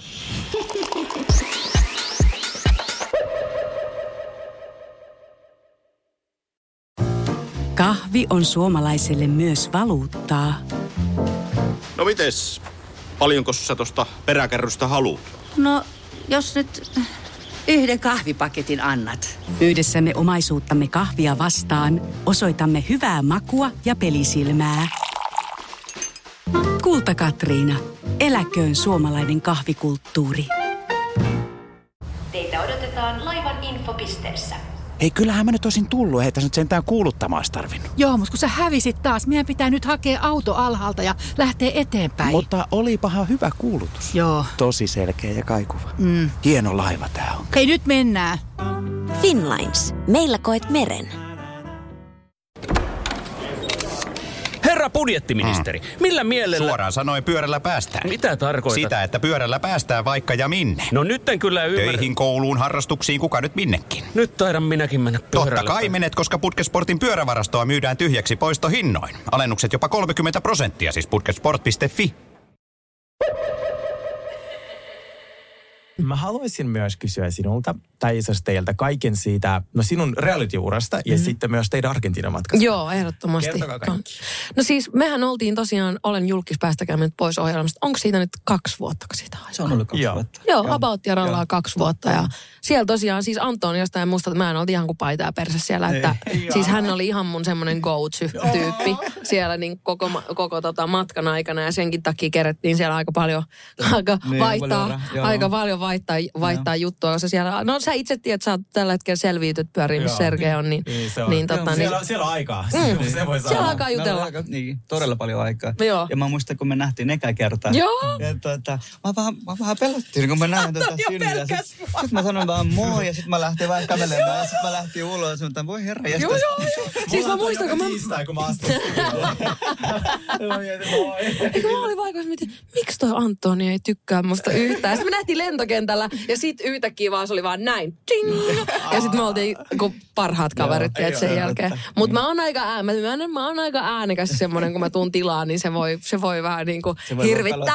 Speaker 1: Kahvi on suomalaiselle myös valuuttaa.
Speaker 8: No mites? Paljonko sä tosta peräkärrystä haluut?
Speaker 9: No, jos nyt yhden kahvipaketin annat.
Speaker 1: Yhdessämme omaisuuttamme kahvia vastaan osoitamme hyvää makua ja pelisilmää. Kulta Katriina. Eläköön suomalainen kahvikulttuuri.
Speaker 10: Teitä odotetaan laivan infopisteessä.
Speaker 11: Hei, kyllähän mä nyt olisin tullut. Ei tässä nyt sentään kuuluttamaan olisi tarvinnut.
Speaker 12: Joo, mutta kun sä hävisit taas, meidän pitää nyt hakea auto alhaalta ja lähteä eteenpäin.
Speaker 11: Mutta olipahan hyvä kuulutus.
Speaker 12: Joo.
Speaker 11: Tosi selkeä ja kaikuva.
Speaker 12: Mm.
Speaker 11: Hieno laiva tää on.
Speaker 12: Hei, nyt mennään.
Speaker 3: Finnlines. Meillä koet meren.
Speaker 4: Herra budjettiministeri, millä mielellä...
Speaker 8: Suoraan sanoen pyörällä päästään.
Speaker 4: Mitä tarkoitat?
Speaker 8: Sitä, että pyörällä päästään vaikka ja minne.
Speaker 4: No nyt en kyllä ymmärrä.
Speaker 8: Töihin, kouluun, harrastuksiin, kuka nyt minnekin.
Speaker 4: Nyt taidan minäkin mennä pyörällä.
Speaker 8: Totta kai menet, koska Putkesportin pyörävarastoa myydään tyhjäksi poistohinnoin. Alennukset jopa kolmekymmentä prosenttia, siis putkesport piste fi.
Speaker 5: Mä haluaisin myös kysyä sinulta, tai itse asiassa teiltä, kaiken siitä, no sinun reality-urasta ja
Speaker 6: Mhm.
Speaker 5: sitten myös teidän Argentiinan matkasta.
Speaker 6: Joo, ehdottomasti.
Speaker 5: Kertokaa kaikki.
Speaker 6: No siis, mehän oltiin tosiaan, olen julkispäästäkään mennyt pois ohjelmasta. Onko siitä nyt kaksi vuotta, kun siitä on?
Speaker 13: Se on ollut kaksi
Speaker 5: Joo.
Speaker 13: vuotta.
Speaker 6: Joo, about ja rallaa kaksi vuotta. Ja siellä tosiaan siis Antoniosta ja musta, että mä en oltiin ihan kuin paita ja perse siellä. Että, siis hän oli ihan mun semmoinen go-to-tyyppi siellä niin koko, ma- koko tota matkan aikana. Ja senkin takia kerettiin siellä aika paljon aika
Speaker 13: Niin,
Speaker 6: vaihtaa,
Speaker 13: paljon, joo.
Speaker 6: aika paljon vaihtaa, vaihtaa juttua, koska siellä, no sä itse tiedät, sä oot tällä hetkellä selviytyt pyöriä, missä Sergei on, niin,
Speaker 5: niin, se on.
Speaker 6: niin, tota,
Speaker 5: siellä,
Speaker 6: niin
Speaker 5: on, siellä on aikaa,
Speaker 6: mm,
Speaker 5: se voi
Speaker 6: siellä on aikaa jutella.
Speaker 13: Aika, niin, todella paljon aikaa.
Speaker 6: Joo.
Speaker 13: Ja mä muistan, kun me nähtiin eka kertaa.
Speaker 6: Joo.
Speaker 13: Ja tota, mä vähän, mä vähän pelottiin, kun mä näin tota Synniä. Sitten sit mä sanoin vaan moi, ja sitten mä lähtin vähän kävelemään, ja sitten mä lähtin ulos, mutta voi herra jästä.
Speaker 6: Joo, joo, joo. Siis mä muistan, kun mä...
Speaker 5: Tiistai, kun mä astun.
Speaker 6: Eikö mä olin vaikoissa, mietin, miksi toi Antoni ei tykkää musta yhtään. Sitten me nähtiin lentokentällä ja sit yhtäkkiä vaan se oli vaan näin. Ting! Ja sit me oltiin parhaat kaverit tiedät, sen jälkeen. Mutta mä oon aika ää, mä, mä oon aika äänekäs semmonen, kun mä tuun tilaan, niin se voi, se voi vähän niinku hirvittää.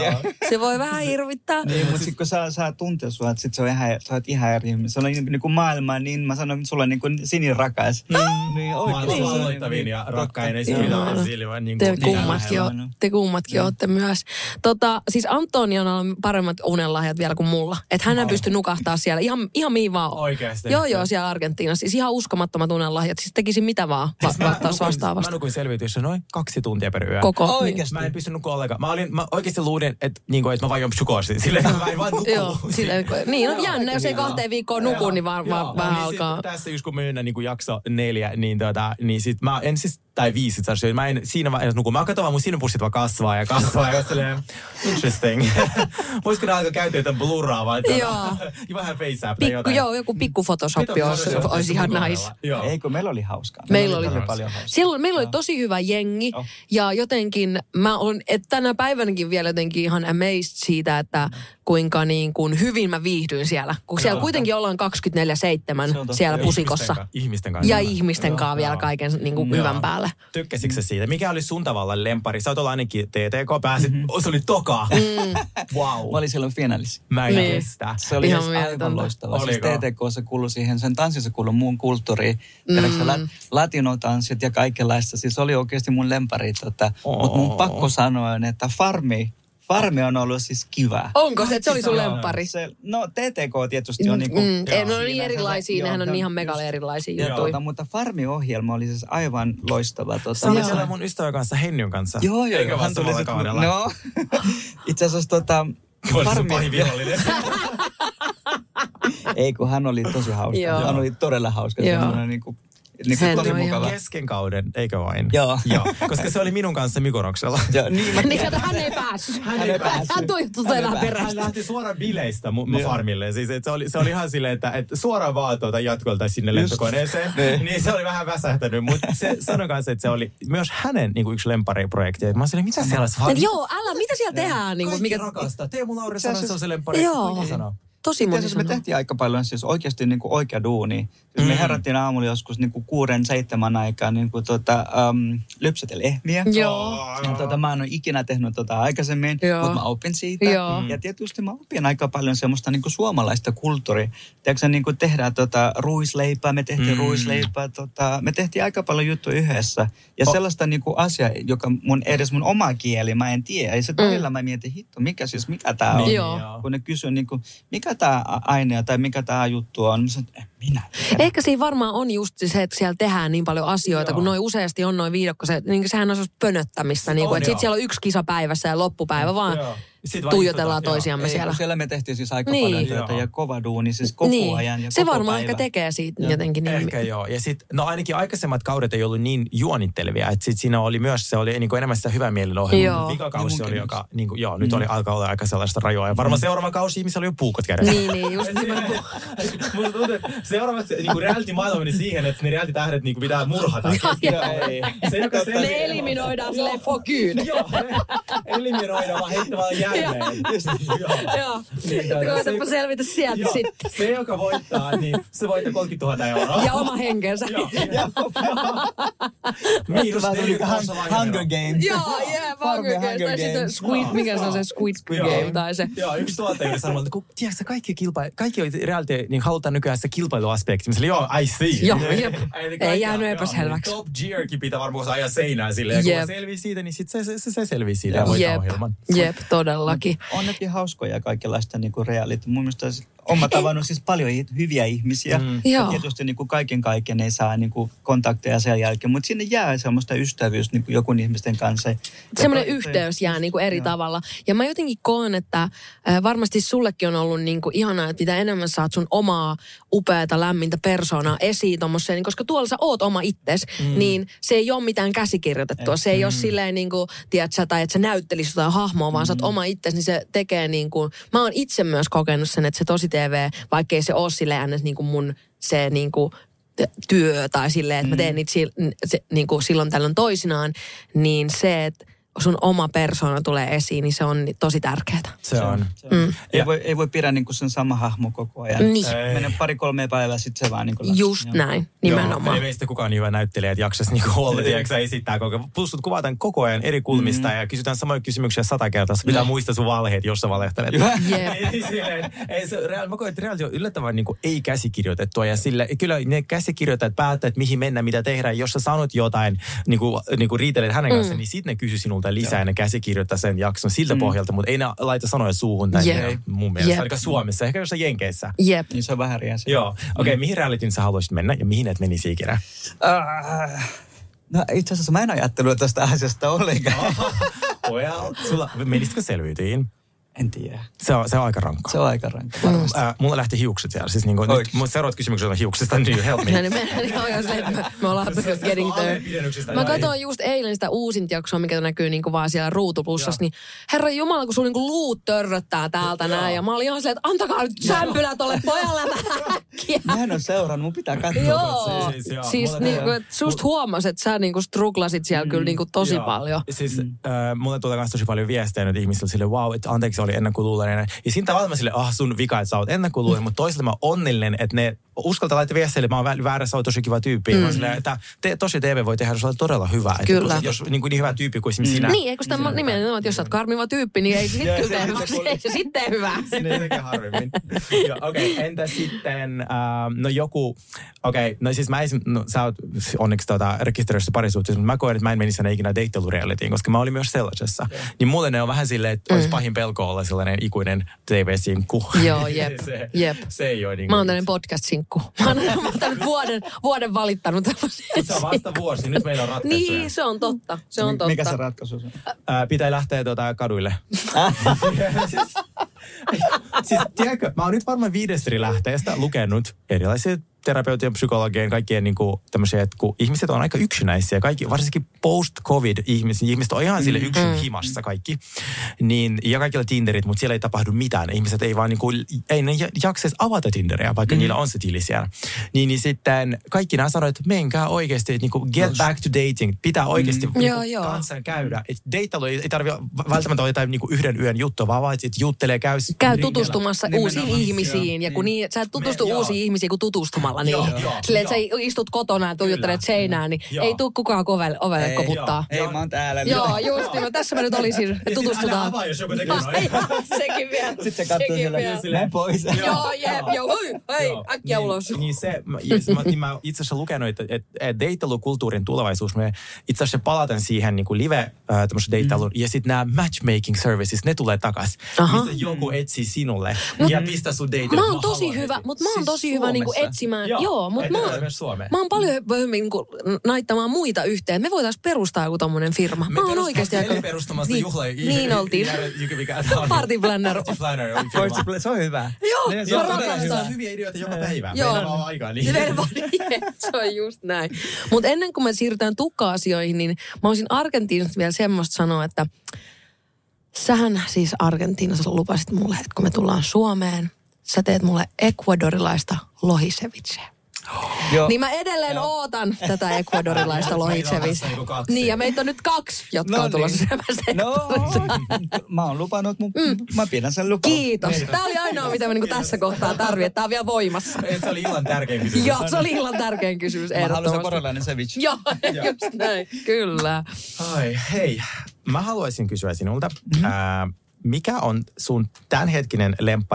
Speaker 6: Se voi vähän hirvittää.
Speaker 13: Niin, mutta sit kun saa, saa tuntea sua, että sit se on ihan, sä oot ihan eri ihminen. Se on niin kuin maailma, niin mä sanon, että sulla on niin kuin sinirakas.
Speaker 5: Mm.
Speaker 13: Niin
Speaker 5: oikein. Maailman aloittavin ja rakkain ei sitä silloin. Niin
Speaker 6: te kummatkin, o, te kummatkin ootte myös. Tota, siis Antoniolla on paremmat unenlahjat vielä kuin mulla. Että hän pystyi nukahtaa siellä ihan, ihan mihin vaan.
Speaker 5: Oikeasti.
Speaker 6: Joo, joo, siellä Argentiinassa. Siis ihan uskomattomat unenlahjat. Siis tekisi mitä vaan va- vastaus vastaavasta.
Speaker 5: Mä nukuin selviytyissä noin kaksi tuntia per yö.
Speaker 6: Koko.
Speaker 5: Oikeasti. Mä en pystynyt nukkua ollenkaan. Mä, olin, mä oikeasti luulin, että, niin että mä vain psykoosin. Silleen, että mä en vaan nuku.
Speaker 6: Joo, silleen, niin on jännä. Jos ei kahteen viikkoon nuku, niin vaan, vaan vähän
Speaker 5: niin
Speaker 6: alkaa.
Speaker 5: Sit, tässä just kun mennään niin jakso neljä, niin, tota, niin sit mä en siis, tai viisi itse asiassa, mä en siinä vaiheessa nuku. Mä katson vaan mun sinupussit vaan kasvaa ja kasvaa ja silleen, interesting. Voisiko ne alkaa käyttää jotain blurraa vai vähän face app tai jotain.
Speaker 6: Joo, joku pikku Photoshoppi olisi, olisi ihan nice.
Speaker 13: Eikö, meillä oli hauskaa.
Speaker 6: Meillä oli, oli paljon hauskaa. Silloin, meillä oli tosi hyvä jengi oh. ja jotenkin mä olen, että tänä päivänäkin vielä jotenkin ihan amazed siitä, että kuinka niin kuin hyvin mä viihdyin siellä. Kun siellä kuitenkin ollaan kaksikymmentäneljä seitsemän siellä pusikossa.
Speaker 5: Ihmisten kanssa.
Speaker 6: Ja ihmisten kanssa vielä kaiken niin kuin hyvän päälle.
Speaker 5: Tykkäsitkö sä siitä? Mikä oli sun tavallaan lempari? Sä oot olla ainakin T T K, pääsit, mm-hmm. se oli toka. Mm. Wow.
Speaker 13: Mä olin silloin finaalissa.
Speaker 5: Mä en niin. kestä.
Speaker 13: Se oli ihan aivan loistava. Siis T T K se kuului siihen, sen tanssissa kuului muun kulttuuriin. Mm. La- latinotanssit ja kaikenlaista. Siis oli oikeasti mun lempari. Tota. Oh. Mutta mun pakko sanoa, että Farmi, Farmi on ollut siis kiva.
Speaker 6: Onko se, että se oli sun lemppari?
Speaker 13: Se, no T T K tietysti on niinku...
Speaker 6: Mm, ei, ne on niin erilaisia, nehän on ihan megalle erilaisia juttuja.
Speaker 13: Tota, mutta Farmi-ohjelma oli siis aivan loistava. Tota,
Speaker 5: se oli siellä mun ystävän kanssa, Hennyn kanssa.
Speaker 13: Joo, joo.
Speaker 5: Eikö vaan samalla kaudella?
Speaker 13: No, itse asiassa tota...
Speaker 5: Farmi pahin vihollinen.
Speaker 13: Ei, kun hän oli tosi hauska. Joo. Hän oli todella hauska. Niinku, niin
Speaker 6: Sen
Speaker 13: tosi mukava.
Speaker 5: Kesken kauden, eikö vain?
Speaker 13: Joo.
Speaker 5: Joo. Koska se oli minun kanssa Mykoroksella.
Speaker 13: Joo, niin mä
Speaker 6: niin kato, hän ei päässyt.
Speaker 5: Hän ei päässyt.
Speaker 6: Hän tuijuttu sen perästä.
Speaker 5: Hän lähti suoraan bileistä mun farmille. Siis, se, oli, se oli ihan silleen, että, että suoraan vaan tuota jatkolta sinne lentokoneeseen. Niin se oli vähän väsähtänyt. Mutta se sanoi kanssa, että se oli myös hänen niin kuin yksi lempariprojekti. Mä olin silleen, mitä siellä on?
Speaker 6: Joo, älä, mitä siellä tehdään?
Speaker 5: Kaikki mikä... rakastaa. Teemu Lauri sanoi, se on se lempari.
Speaker 6: Joo. Tosi moni
Speaker 13: me tehtiin aika paljon siis oikeasti niin kuin oikea duuni. Siis mm. me herättiin aamulla joskus niin kuin kuuden, seitsemän aikaa niin kuin tota, um, lypsätä lehmiä.
Speaker 6: Joo.
Speaker 13: Ja tota, mä en ole ikinä tehnyt tota aikaisemmin, Joo. mutta mä opin siitä.
Speaker 6: Joo.
Speaker 13: Ja tietysti mä opin aika paljon semmoista niin kuin suomalaista kulttuuria. Tiedätkö, niin kuin tehdään tota, ruisleipää, me tehtiin mm. ruisleipää. Tota, me tehtiin aika paljon juttuja yhdessä. Ja oh. sellaista niin kuin asia, joka mun, edes mun oma kieli, mä en tiedä. Ja sitten välillä mm. mä mietin, hitto, mikä siis, mikä tää on?
Speaker 6: Niin.
Speaker 13: Kun ne kysyy, niin kuin, mikä tämä aine tai mikä tämä juttu on. Mä sanon, minä tiedän.
Speaker 6: Ehkä siinä varmaan on just se, että siellä tehdään niin paljon asioita, Joo. kun noin useasti on noin viidokkoset, niin sehän on sellaista pönöttämistä. Niin että sitten siellä on yksi kisa päivässä ja loppupäivä vaan tuijotellaan toisiamme
Speaker 13: Ei,
Speaker 6: siellä.
Speaker 13: Siellä me tehtiin siis aika
Speaker 6: niin.
Speaker 13: paljon työtä ja kova duuni, siis koko
Speaker 6: niin.
Speaker 13: ajan ja
Speaker 6: se
Speaker 13: koko
Speaker 6: varmaan
Speaker 13: päivä.
Speaker 6: Ehkä tekee siitä ja. Jotenkin. Niin.
Speaker 5: Ehkä joo. Ja sitten, no ainakin aikaisemmat kaudet ei ollut niin juonittelevia, että sitten siinä oli myös, se oli niin kuin enemmän sitä hyvää mielellä ohjelmaa. Vikakausi oli, joka, niin kuin, joo, nyt mm. oli alkaa olla aika sellaista rajoa. Ja varmaan mm. seuraava kausi ihmisellä oli jo puukot kädessä.
Speaker 6: Niin, niin, just nimenomaan.
Speaker 5: Musta tuntuu, että seuraavaksi niin reality-maailma meni siihen, että ne reality-tähdet niin pitää murhata.
Speaker 6: Se, joka se me eliminoidaan silleen fokyyn.
Speaker 5: Joo, eliminoidaan vaan heittämällä jälleen.
Speaker 6: Joo, koetapa selvitä sieltä
Speaker 5: joo.
Speaker 6: sitten.
Speaker 5: Se, joka voittaa, niin se voittaa kolmekymmentätuhatta euroa.
Speaker 6: Ja oma henkensä.
Speaker 5: Joo. Miinus
Speaker 13: Hunger Games.
Speaker 6: Joo, yeah, Hunger Games. Tai sitten Squid, mikä se on se Squid Game tai se.
Speaker 5: Joo, yksi tuottaja sanoi, että kun tiedätkö, kaikki kilpailu, kaikki reality, niin halutaan nykyään se kilpailuaspekti. Mä sanoin, joo, I see.
Speaker 6: Joo, jep. Ei jäänyt epäselväksi.
Speaker 5: Top Gearkin pitää varmaan ajaa seinään silleen. Ja kun selvii siitä, niin sitten se, se, se selvii siitä ja voittaa ohjelman.
Speaker 6: Jep, todellakin.
Speaker 13: On nekin hauskoja kaikenlaista niin kuin reality. Mun mielestä Olen tavannut siis paljon hyviä ihmisiä. Mm. Ja tietysti niin kuin kaiken kaiken ei saa niin kuin kontakteja sen jälkeen, mutta sinne jää semmoista ystävyys niin kuin jonkun ihmisten kanssa.
Speaker 6: Semmoinen yhteys jää niin kuin eri joo. tavalla. Ja mä jotenkin koen, että äh, varmasti sullekin on ollut niin kuin ihanaa, että mitä enemmän saat sun omaa upeata, lämmintä persoonaa esiin tommoseen, niin koska tuolla sä oot oma itses, mm. niin se ei ole mitään käsikirjoitettua. Se ei mm. ole silleen niin kuin, tiedätkö, tai että sä näyttelisit jotain hahmoa, vaan mm. sä oot oma itses, niin se tekee niin kuin, mä oon itse myös kokenut sen, että se tosi T V, vaikkei se ole silleen niin kuin mun se niin kuin työ tai silleen, että mm. mä teen niitä se, niin kuin silloin tällöin toisinaan, niin se, että sun oma persoona tulee esiin, niin se on tosi tärkeää.
Speaker 5: Se on.
Speaker 13: Se on. Mm. Ei, voi, ei voi pidä niin kuin sen sama hahmo koko ajan.
Speaker 6: Niin.
Speaker 13: Menen pari-kolme päivää, sitten se vaan niin kuin
Speaker 6: just läks. Näin, nimenomaan.
Speaker 5: Ei meistä kukaan hyvä näyttelijä, että jaksaisi niin olla, tiedätkö esittää koko ajan. Plus kuvataan koko ajan eri kulmista mm. ja kysytään samoja kysymyksiä sata kertaa. Pitää mm. muistaa sun valheet, jos sä valehtelet. Mä koen, että reality on yllättävän niin kuin ei käsikirjoitettua ja sille, kyllä ne käsikirjoittajat päättävät, mitä mennä, mitä tehdä. Jos sä sanot jotain, niin kuin, niin kuin riitelet hänen kanssa, mm. niin sitten ne kysy sinulta lisää ja ne käsikirjoittaa sen jakson siltä mm. pohjalta, mutta ei ne laita sanoja suuhun tai yep. mun mielestä. Yep. Ainakaan Suomessa, ehkä jossain Jenkeissä.
Speaker 6: Jep.
Speaker 13: Niin se on vähän eri asia.
Speaker 5: Joo. Okei, okay, mm. mihin realityin sä haluaisit mennä ja mihin et menisi ikinä?
Speaker 13: Uh, no itse asiassa mä en ajattelua tästä asiasta ollenkaan.
Speaker 5: well, sulla, menisitkö selviytyihin?
Speaker 13: En tiedä.
Speaker 5: Se on, se on aika rankkaa.
Speaker 13: Se on aika rankkaa.
Speaker 5: Mm. Äh, mulla lähti hiukset siellä. Siis niinku, nyt mun seuraavat kysymykset on hiuksista, niin help me.
Speaker 6: me, me, me ollaan getting there. Mä katsoin just eilen sitä uusinta jaksoa, mikä näkyy niinku vaan siellä ruutuplussassa, niin herra jumala, kun sun niinku luut törröttää täältä näin. Ja mä olin ihan silleen, että antakaa nyt sämpylä tolle pojalle äkkiä.
Speaker 13: Mä en ole seurannut, mun pitää katsoa.
Speaker 6: Joo. Siis, siis, siis niinku, et susta huomas, että sä niinku strugglasit siellä mm. kyllä niinku tosi joo. paljon.
Speaker 5: Siis mm. äh, mulle tulee myös tosi paljon viestejä nyt ihmisiltä silleen, wow, että anteeksi oli ennakkoluuloinen. Ja siinä tavalla mä silleen, ah sun vika, että sä oot ennakkoluuloinen, mutta toisaalta mä oon onnellinen, että ne uskaltaa laittaa viestejä, että mä oon väärässä, oon tosi kiva tyyppi. Mm. Mä silleen, että te, tosi T V voi tehdä, jos olet todella hyvä. Kyllä. Että, jos niin, kuin niin hyvä tyyppi kuin esimerkiksi sinä.
Speaker 6: Niin, eikö sitä niin nimenomaan, että jos sä oot karmiva tyyppi, niin ei se sitten kyllä tee, ei se sitten tee hyvää.
Speaker 5: Sinne ei tekee harvemmin. Okei, okay, entä sitten, uh, no joku, okei, okay, no siis mä esim, no sä oot onneksi tota, rekisteröissä parisuhteessa, mutta mä koen, että mä en menisi aina ikinä deittailurealityin, koska mä olin myös sellaisessa. Okay. Niin mulle ne on vähän silleen, että olisi mm. pahin pelko olla sellainen ikuinen T V-sinkku.
Speaker 6: Joo, jep,
Speaker 5: se,
Speaker 6: jep.
Speaker 5: Se ei ole niin
Speaker 6: kuin... Mä oon tämmöinen podcast-sinkku. Mä oon, mä oon tämän vuoden, vuoden valittanut.
Speaker 5: Se on vasta vuosi, nyt meillä on ratkaisuja.
Speaker 6: Niin, se on totta. Se on totta.
Speaker 13: Mikä se ratkaisu on?
Speaker 5: Ää, pitää lähteä tuota kaduille. siis, siis tiedätkö, mä oon nyt varmaan viidestä eri lähteestä lukenut erilaisia terapeutien, psykologien, kaikkien niin kuin tämmöisiä, että kun ihmiset on aika yksinäisiä, kaikki, varsinkin post-covid-ihmiset, ihmiset on ihan sille yksin himassa kaikki, niin, ja kaikilla Tinderit, mutta siellä ei tapahdu mitään. Ihmiset ei vaan niin kuin, ei ne jaksaisi avata Tinderia, vaikka mm. niillä on se tili siellä. Niin, niin sitten kaikki nämä sanoivat, että menkää oikeasti, että niin kuin get back to dating, pitää oikeasti mm. niin kuin kanssaan käydä. Että deittailu ei, ei tarvitse välttämättä olla jotain niin kuin yhden yön juttua, vaan vaan, että juttelee, käy...
Speaker 6: Käy tutustumassa uusiin ihmisiin, ja kun niin, sä et tutustu Me, uusiin ihmisiin, kun tutustumalla. Niin. Joo, joo, silleen, että sä istut kotona ja tuijottelet seinään, niin joo. ei tule kukaan ovelle, ovelle koputtaa.
Speaker 13: Ei, ei, mä oon täällä.
Speaker 6: Joo, just niin. Tässä mä nyt olisin, tutustutaan.
Speaker 5: Avaa, jos joku tekee
Speaker 6: noin. Sekin vielä.
Speaker 13: Sitten se katsoo siellä, mä pois.
Speaker 6: Joo, jep, joo, hei, äkkiä ulos.
Speaker 5: Niin se, mä itse asiassa lukenut, että deittailukulttuurin tulevaisuus, me itse asiassa palataan siihen niin kuin live tämmöisen deittailuun, ja sitten nämä matchmaking services, ne tulee takas. Missä joku etsii sinulle ja pistää sun deitille.
Speaker 6: Mä oon tosi hyvä, mutta mä oon tosi hyvä niinku etsimään. Joo, mutta mä, mä oon paljon hyvin niin naittamaan muita yhteen. Me voitaisiin perustaa joku tommonen firma.
Speaker 5: Me
Speaker 6: mä oon oikeasti aika...
Speaker 5: Me perustamassa niin, juhla...
Speaker 6: Niin oltiin. Party Planner.
Speaker 5: Party Planner.
Speaker 13: Se on hyvä.
Speaker 6: Joo,
Speaker 5: ne,
Speaker 6: se on rakastan.
Speaker 5: Se on hyviä ideoita joka päivä. Joo. Meillä on aikaa niin.
Speaker 6: Se on just näin. Mutta ennen kuin me siirrytään tukka-asioihin, niin mä olisin Argentiinasta vielä semmoista sanoa, että sähän siis Argentiinassa lupasit mulle, että kun me tullaan Suomeen, sä teet mulle ecuadorilaista lohisevicheä.
Speaker 13: Joo.
Speaker 6: Niin mä edelleen Joo. ootan tätä ecuadorilaista lohisevicheä. Niin, ja meitä on nyt kaksi, jotka no on tulossa syömässä.
Speaker 13: No, mä oon lupannut, mun, mm. mä pidän sen lupaus.
Speaker 6: Kiitos. Tää oli ainoa, mitä mä niinku tässä kohtaa tarvitsen. Tää on vielä voimassa.
Speaker 5: Se oli illan tärkein kysymys.
Speaker 6: Joo, se oli illan tärkein kysymys.
Speaker 13: Mä haluan sen porollainen ceviche.
Speaker 6: Joo, just näin. Kyllä.
Speaker 5: Ai, hei. Mä haluaisin kysyä sinulta. Mm-hmm. Äh, mikä on sun tämänhetkinen lemppari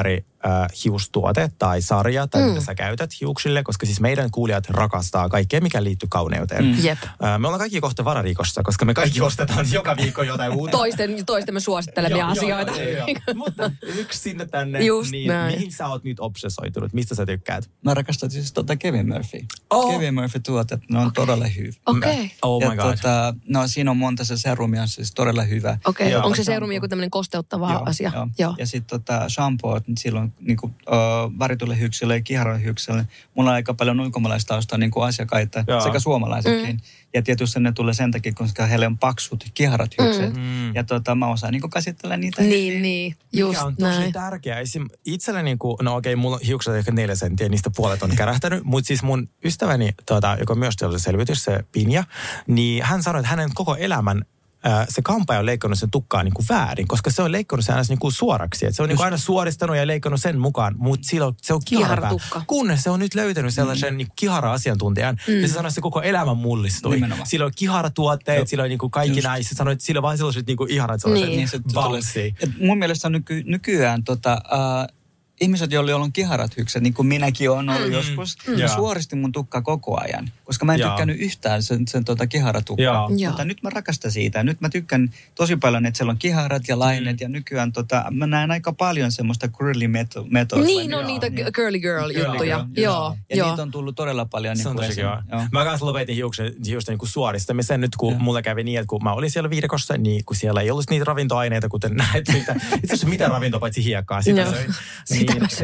Speaker 5: äh, hiustuote tai sarja tai mm. mitä sä käytät hiuksille, koska siis meidän kuulijat rakastaa kaikkea, mikä liittyy kauneuteen.
Speaker 6: Mm. Jep.
Speaker 5: Äh, me ollaan kaikki kohta vararikossa, koska me kaikki ostetaan joka viikko jotain uutta.
Speaker 6: Toisten, toistemme suosittelemia asioita.
Speaker 5: Joo, joo, joo. Mutta yksi sinne tänne,
Speaker 6: Just
Speaker 5: niin
Speaker 6: näin.
Speaker 5: mihin sä oot nyt obsessoitunut? Mistä sä tykkäät?
Speaker 13: Mä rakastan siis tota Kevin Murphy.
Speaker 5: Oh.
Speaker 13: Kevin Murphy tuotet, ne on
Speaker 6: Okay.
Speaker 13: todella hyviä.
Speaker 6: Okei. Okay.
Speaker 5: Oh my
Speaker 13: ja
Speaker 5: god.
Speaker 13: Tota, no siinä on monta, se serumi on siis todella hyvä.
Speaker 6: Okei, okay.
Speaker 5: Joo.
Speaker 6: Onko se serumi joku tämmöinen kosteuttava
Speaker 13: Joo,
Speaker 6: asia?
Speaker 13: Joo.
Speaker 6: Joo.
Speaker 13: Ja sitten tota, shampoo, niin silloin niin kuin, uh, väritulle hyksille ja kiharalle hyksille. Mulla on aika paljon ulkomaalaistaustaa niin kuin asiakkaita
Speaker 5: Joo.
Speaker 13: sekä suomalaisetkin.
Speaker 6: Mm.
Speaker 13: Ja tietysti ne tulee sen takia, koska heille on paksut kiharat hykset.
Speaker 5: Mm.
Speaker 13: Ja tota, mä osaan niin kuin käsitellä niitä.
Speaker 6: Niin, niin. Just
Speaker 5: Mikä on tosi
Speaker 6: näin.
Speaker 5: tärkeää. Esim. Itsellä niinku, no okei, mulla on hiukset ehkä neljä senttiä, niistä puolet on kärähtänyt, mutta siis mun ystäväni, tuota, joka myös teillä se selvitys, se Pinja, niin hän sanoi, että hänen koko elämän ää, se kampaaja on leikannut sen tukkaa niinku väärin, koska se on leikannut sen aina niinku suoraksi. Et se on niinku aina suoristanut ja leikannut sen mukaan, mutta silloin se on kiharapää.
Speaker 6: Kiharatukka.
Speaker 5: Kunnes se on nyt löytänyt sellaisen mm. niinku kihara-asiantuntijan, mm. ja se sanoi, että se koko elämä mullistui.
Speaker 13: Nimenomaan.
Speaker 5: Sillä on kiharatuotteet, sillä on niinku kaikki
Speaker 13: Just.
Speaker 5: näin. Se sanoi, että sillä on vain sellaiset niinku ihanat sellaiset
Speaker 6: Niin.
Speaker 13: Niin se
Speaker 5: bouncy.
Speaker 13: Et mun mielestä on nyky, nykyään tota, uh, ihmiset, joilla on kiharat hykset, niin kuin minäkin olen ollut mm. joskus, mm.
Speaker 5: Joo.
Speaker 13: suoristi mun tukkaa koko ajan. Koska mä en
Speaker 5: Joo.
Speaker 13: tykkännyt yhtään sen, sen tota kiharatukkaa.
Speaker 5: Joo.
Speaker 6: Joo.
Speaker 13: Mutta nyt mä rakastan siitä. Nyt mä tykkään tosi paljon, että siellä on kiharat ja lainet. Mm. Ja nykyään tota, mä näen aika paljon semmoista curly metal. metal
Speaker 6: Niin on niitä
Speaker 13: niin.
Speaker 6: girly girl juttuja.
Speaker 5: girl,
Speaker 6: Joo,
Speaker 13: Ja
Speaker 6: joo.
Speaker 13: niitä on tullut todella paljon.
Speaker 5: Se on
Speaker 13: niin
Speaker 5: tosi
Speaker 13: kuin
Speaker 5: kiva.
Speaker 13: esim- joo.
Speaker 5: Mä kanssa lopetin hiuksen, hiusten niin suoristamisen nyt, kun
Speaker 13: Joo.
Speaker 5: mulla kävi niin, että kun mä olin siellä viidakossa, niin kun siellä ei ollut niitä ravintoaineita, kuten näet siitä. Itse asiassa mitä ravintoa paitsi hiekkaa sitä
Speaker 6: Joo.
Speaker 5: söin.
Speaker 6: Sitä mä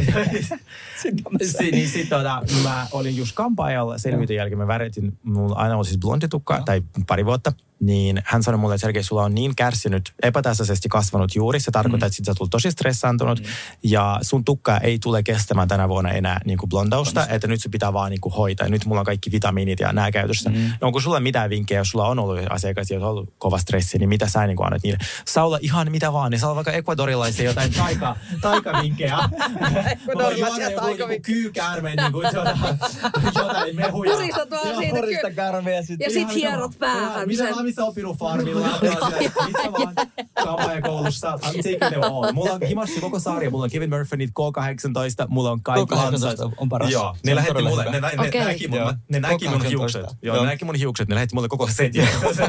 Speaker 5: Si- niin sit tota, mä olin just kampaajalla selviytyn jälkeen, mä väritin, mulla aina oli siis blonditukka,
Speaker 13: Joo.
Speaker 5: tai pari vuotta, niin hän sanoi mulle, että Sergei, sulla on niin kärsinyt, epätasaisesti kasvanut juuri, se tarkoittaa, mm. että sit sä tulet tosi stressaantunut, mm. ja sun tukka ei tule kestämään tänä vuonna enää niin kuin blondausta, että nyt se pitää vaan niin kuin hoitaa, ja nyt mulla on kaikki vitamiinit ja nää käytössä. Mm. No onko sulla mitään vinkkejä, jos sulla on ollut asiakkaisia, joilla on ollut kova stressi, niin mitä sä niin kuin annat niille? Saa olla ihan mitä vaan, niin saa olla vaikka ekvadorilaisia jotain taika, taikavinkkejä.
Speaker 6: Ekvadorilaisia taikavinkkejä.
Speaker 5: Kyykäärmeen niin kuin jotain, jotain mehuja.
Speaker 6: Puristat vaan siitä.
Speaker 13: Horista kärmeä sitten.
Speaker 6: Ja sit hierot päähän
Speaker 5: Missä
Speaker 6: sen.
Speaker 5: vaan, missä opinut farmilla, missä vaan kampaajakoulussa. I'm taking them all. Mulla on himassa koko sarja. Mulla on Kevin Murphy, K kahdeksantoista. Mulla on kaikki
Speaker 13: K kahdeksantoista on paras.
Speaker 5: Joo,
Speaker 13: Se
Speaker 5: ne
Speaker 13: on
Speaker 5: lähetti
Speaker 13: todella
Speaker 5: mulle.
Speaker 13: hyvä.
Speaker 5: Ne, ne,
Speaker 6: Okei.
Speaker 5: ne näki mun,
Speaker 13: Joo.
Speaker 5: ne näki mun
Speaker 13: K kahdeksantoista.
Speaker 5: hiukset. Joo,
Speaker 13: Joo.
Speaker 5: ne näki mun hiukset. Ne lähetti mulle koko setin.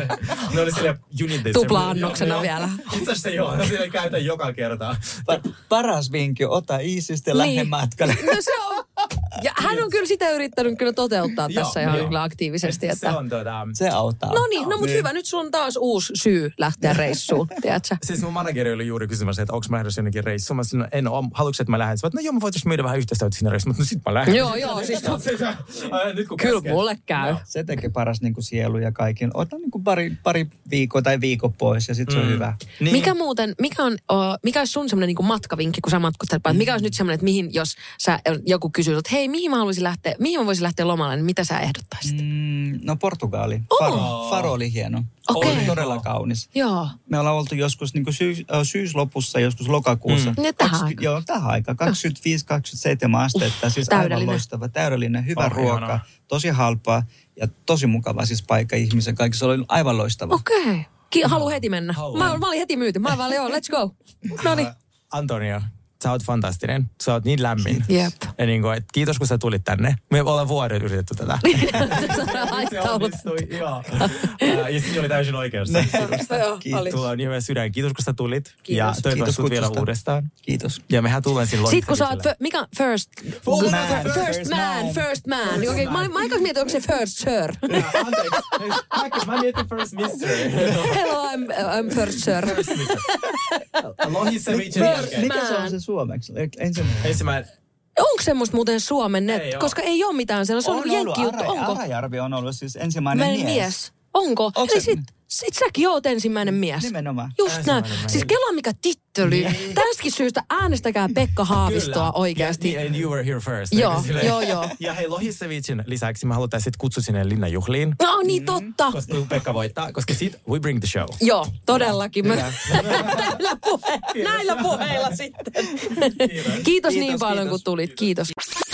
Speaker 5: Ne oli silleen, you need this.
Speaker 6: Tupla-annoksena
Speaker 5: Joo,
Speaker 6: vielä.
Speaker 5: Itse asiassa joo. Ne silleen käytän joka kerta.
Speaker 13: Pa- paras vinkki, ota iisisti ja
Speaker 6: Niin.
Speaker 13: lähde matkalle.
Speaker 6: No se on. Ja hän on kyllä sitä yrittänyt kyllä toteuttaa
Speaker 5: Joo,
Speaker 6: tässä ihan
Speaker 5: joo.
Speaker 6: kyllä aktiivisesti.
Speaker 5: Se
Speaker 6: Että...
Speaker 5: on tota...
Speaker 13: Se auttaa.
Speaker 6: No niin, no mutta hyvä. Nyt sulla on taas uusi syy lähteä reissuun, tiedätkö?
Speaker 5: Siis mun manageri oli juuri kysymässä, että onko mä lähdössä jonnekin reissuun. Mä sanoin, en ole. Haluatko, että mä lähden? Sanoin, no joo, mä voitaisiin myydä vähän yhteistyötä sinne reissuun. Mutta no sit mä lähden.
Speaker 6: Joo, joo, siis to-
Speaker 5: Nyt kun
Speaker 6: Kyllä
Speaker 5: käskee.
Speaker 6: mulle käy.
Speaker 13: Se tekee paras niin kuin sielu ja kaikin. Ota niin kuin pari, pari viikkoa tai viikon pois ja sitten se on
Speaker 5: Mm.
Speaker 13: hyvä.
Speaker 5: Niin.
Speaker 6: Mikä muuten, mikä, on, o, mikä olisi sun semmoinen niin matkavinkki, kun sä matkustat? Mm. Mikä olisi nyt semmoinen, että mihin, jos sä, joku kysyy, että hei, mihin mä haluaisin lähteä, mihin mä voisin lähteä lomalle, niin mitä sä ehdottaisit?
Speaker 13: Mm, no Portugali.
Speaker 6: Oh.
Speaker 13: Faro, Faro oli hieno.
Speaker 6: Okei.
Speaker 13: Oli todella kaunis.
Speaker 6: Joo.
Speaker 13: Me ollaan oltu joskus niin kuin syys, äh, syyslopussa, joskus lokakuussa.
Speaker 6: Mm. Ne tähän
Speaker 13: Kaksi-
Speaker 6: aikaan.
Speaker 13: Joo, tähän aikaan. kaksikymmentäviisi kaksikymmentäseitsemän astetta. Siis
Speaker 6: täydellinen.
Speaker 13: aivan loistava. Täydellinen, hyvä
Speaker 5: Oh,
Speaker 13: ruoka.
Speaker 5: ihanaa.
Speaker 13: Tosi halpaa ja tosi mukava siis paikka ihmisen. Kaikki se oli aivan loistava.
Speaker 6: Okei. Okay. Ki- halu heti mennä.
Speaker 5: Haluan.
Speaker 6: Mä, mä olin heti myyty. Mä olin vaan, joo, let's go. No niin.
Speaker 5: Antonio, sä oot fantastinen. Sä oot niin lämmin.
Speaker 6: Jep.
Speaker 5: Ja niin kuin, että kiitos kun sä tulit tänne. Me ollaan vuodet yritetty tätä. Se onnistui, joo. Ää, ja siinä oli täysin oikeassa.
Speaker 6: Joo, oli.
Speaker 5: Tulla on hyvä sydän. Kiitos kun sä tulit.
Speaker 6: Kiitos.
Speaker 5: Ja toivottavasti
Speaker 13: Kiitos
Speaker 5: tulet vielä
Speaker 13: kutsusta.
Speaker 5: uudestaan.
Speaker 13: Kiitos.
Speaker 5: Ja mehän tullaan siinä
Speaker 6: Sitten kun sä oot,
Speaker 5: Lontseviselle.
Speaker 6: fir- mikä first?
Speaker 5: Full
Speaker 6: man,
Speaker 5: man,
Speaker 6: first,
Speaker 13: first
Speaker 6: man,
Speaker 13: man.
Speaker 6: first man. Okei, mä, mä aikaan mietin, onko se first sir.
Speaker 5: Ja, Anteeksi. Hei, Mä mietin first mister.
Speaker 6: Hello, I'm, I'm first sir.
Speaker 5: First mister. Lohisevicin
Speaker 6: First
Speaker 5: jälkeen.
Speaker 13: Mikä se
Speaker 6: Man.
Speaker 13: on se suomeksi? Ensimmäinen.
Speaker 5: Ensimmäinen.
Speaker 6: Onko semmoista muuten Suomen net?
Speaker 5: Ei oo.
Speaker 6: Koska ei ole mitään sellaista. Se on,
Speaker 13: On
Speaker 6: on
Speaker 13: ollut,
Speaker 6: jenkkijuttu.
Speaker 13: Ara,
Speaker 6: Onko?
Speaker 13: Arajärvi on ollut siis ensimmäinen
Speaker 6: Ensimmäinen
Speaker 13: mies.
Speaker 6: mies. Onko?
Speaker 13: Onko
Speaker 6: Eli
Speaker 13: se-
Speaker 6: sit, sit säkin oot ensimmäinen mies.
Speaker 13: Nimenomaan.
Speaker 6: Just näin.
Speaker 5: Ensimmäinen mies.
Speaker 6: Siis kela mikä tittely. Tästäkin syystä äänestäkää Pekka Haavistoa oikeasti.
Speaker 5: Yeah, and you were here first.
Speaker 6: Joo,
Speaker 5: Eikä silleen-
Speaker 6: joo, joo.
Speaker 5: Ja hei, Lohisevicin lisäksi mä halutaan sitten kutsua sinne linnanjuhliin.
Speaker 6: No niin, totta.
Speaker 5: Koska Pekka voittaa, koska sit we bring the show.
Speaker 6: Joo, todellakin. Mä... näillä, puhe... näillä puheilla sitten. Kiitos, kiitos niin
Speaker 13: Kiitos,
Speaker 6: paljon,
Speaker 13: kiitos.
Speaker 6: kun tulit. Kiitos.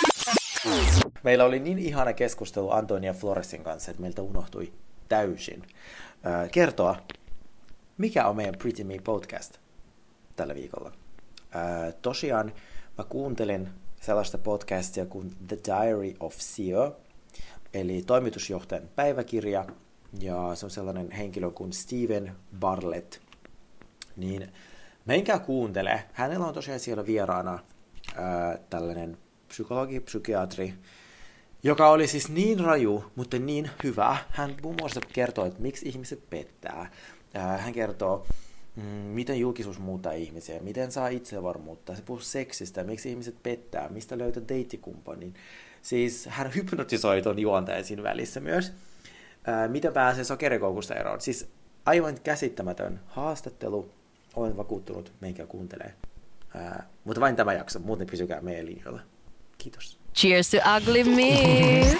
Speaker 14: Meillä oli niin ihana keskustelu Antonia Floresin kanssa, että meiltä unohtui täysin äh, kertoa, mikä on meidän Pretty Me podcast tällä viikolla. Äh, tosiaan mä kuuntelin sellaista podcastia kuin The Diary of C E O, eli toimitusjohtajan päiväkirja, ja se on sellainen henkilö kuin Steven Bartlett. Niin menkää kuuntele. Hänellä on tosiaan siellä vieraana ää, tällainen psykologi, psykiatri, joka oli siis niin raju, mutta niin hyvä. Hän muun muassa kertoo, että miksi ihmiset pettää. Ää, hän kertoo, mm, miten julkisuus muuttaa ihmisiä, miten saa itsevarmuutta. Se puhuu seksistä, miksi ihmiset pettää, mistä löytää deittikumppanin. Siis hän hypnotisoi ton juontajan siinä välissä myös. Ää, miten pääsee sokerikoukusta eroon. Siis aivan käsittämätön haastattelu. Olen vakuuttunut, menkää kuuntelee. Ää, mutta vain tämä jakso, muuten pysykää meidän linjoilla. Kiitos.
Speaker 3: Cheers to ugly meat!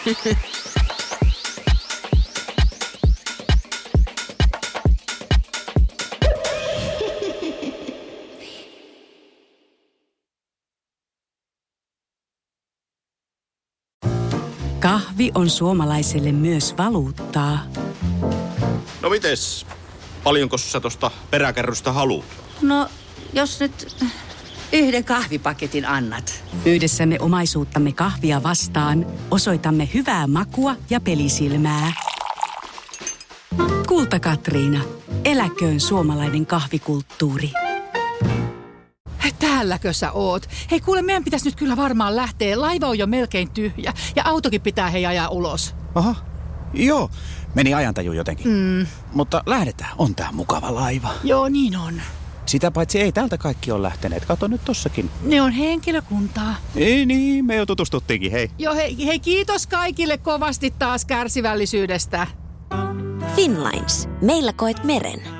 Speaker 1: Kahvi on suomalaiselle myös valuuttaa.
Speaker 11: No mites? Paljonko sä tosta peräkärrystä haluut?
Speaker 9: No, jos nyt yhden kahvipaketin annat.
Speaker 1: Yhdessämme omaisuuttamme kahvia vastaan osoitamme hyvää makua ja pelisilmää. Kulta Katriina. Eläköön suomalainen kahvikulttuuri.
Speaker 12: Täälläkö sä oot? Hei kuule, meidän pitäisi nyt kyllä varmaan lähteä. Laiva on jo melkein tyhjä ja autokin pitää hei ajaa ulos.
Speaker 11: Aha, joo. Meni ajantaju jotenkin.
Speaker 12: Mm.
Speaker 11: Mutta lähdetään. On tää mukava laiva.
Speaker 12: Joo, niin on.
Speaker 11: Sitä paitsi ei täältä kaikki ole lähteneet. Kato nyt tossakin.
Speaker 12: Ne on henkilökuntaa.
Speaker 11: Ei niin, me jo tutustuttiinkin, hei.
Speaker 12: Joo, hei, hei kiitos kaikille kovasti taas kärsivällisyydestä.
Speaker 15: Finnlines. Meillä koet meren.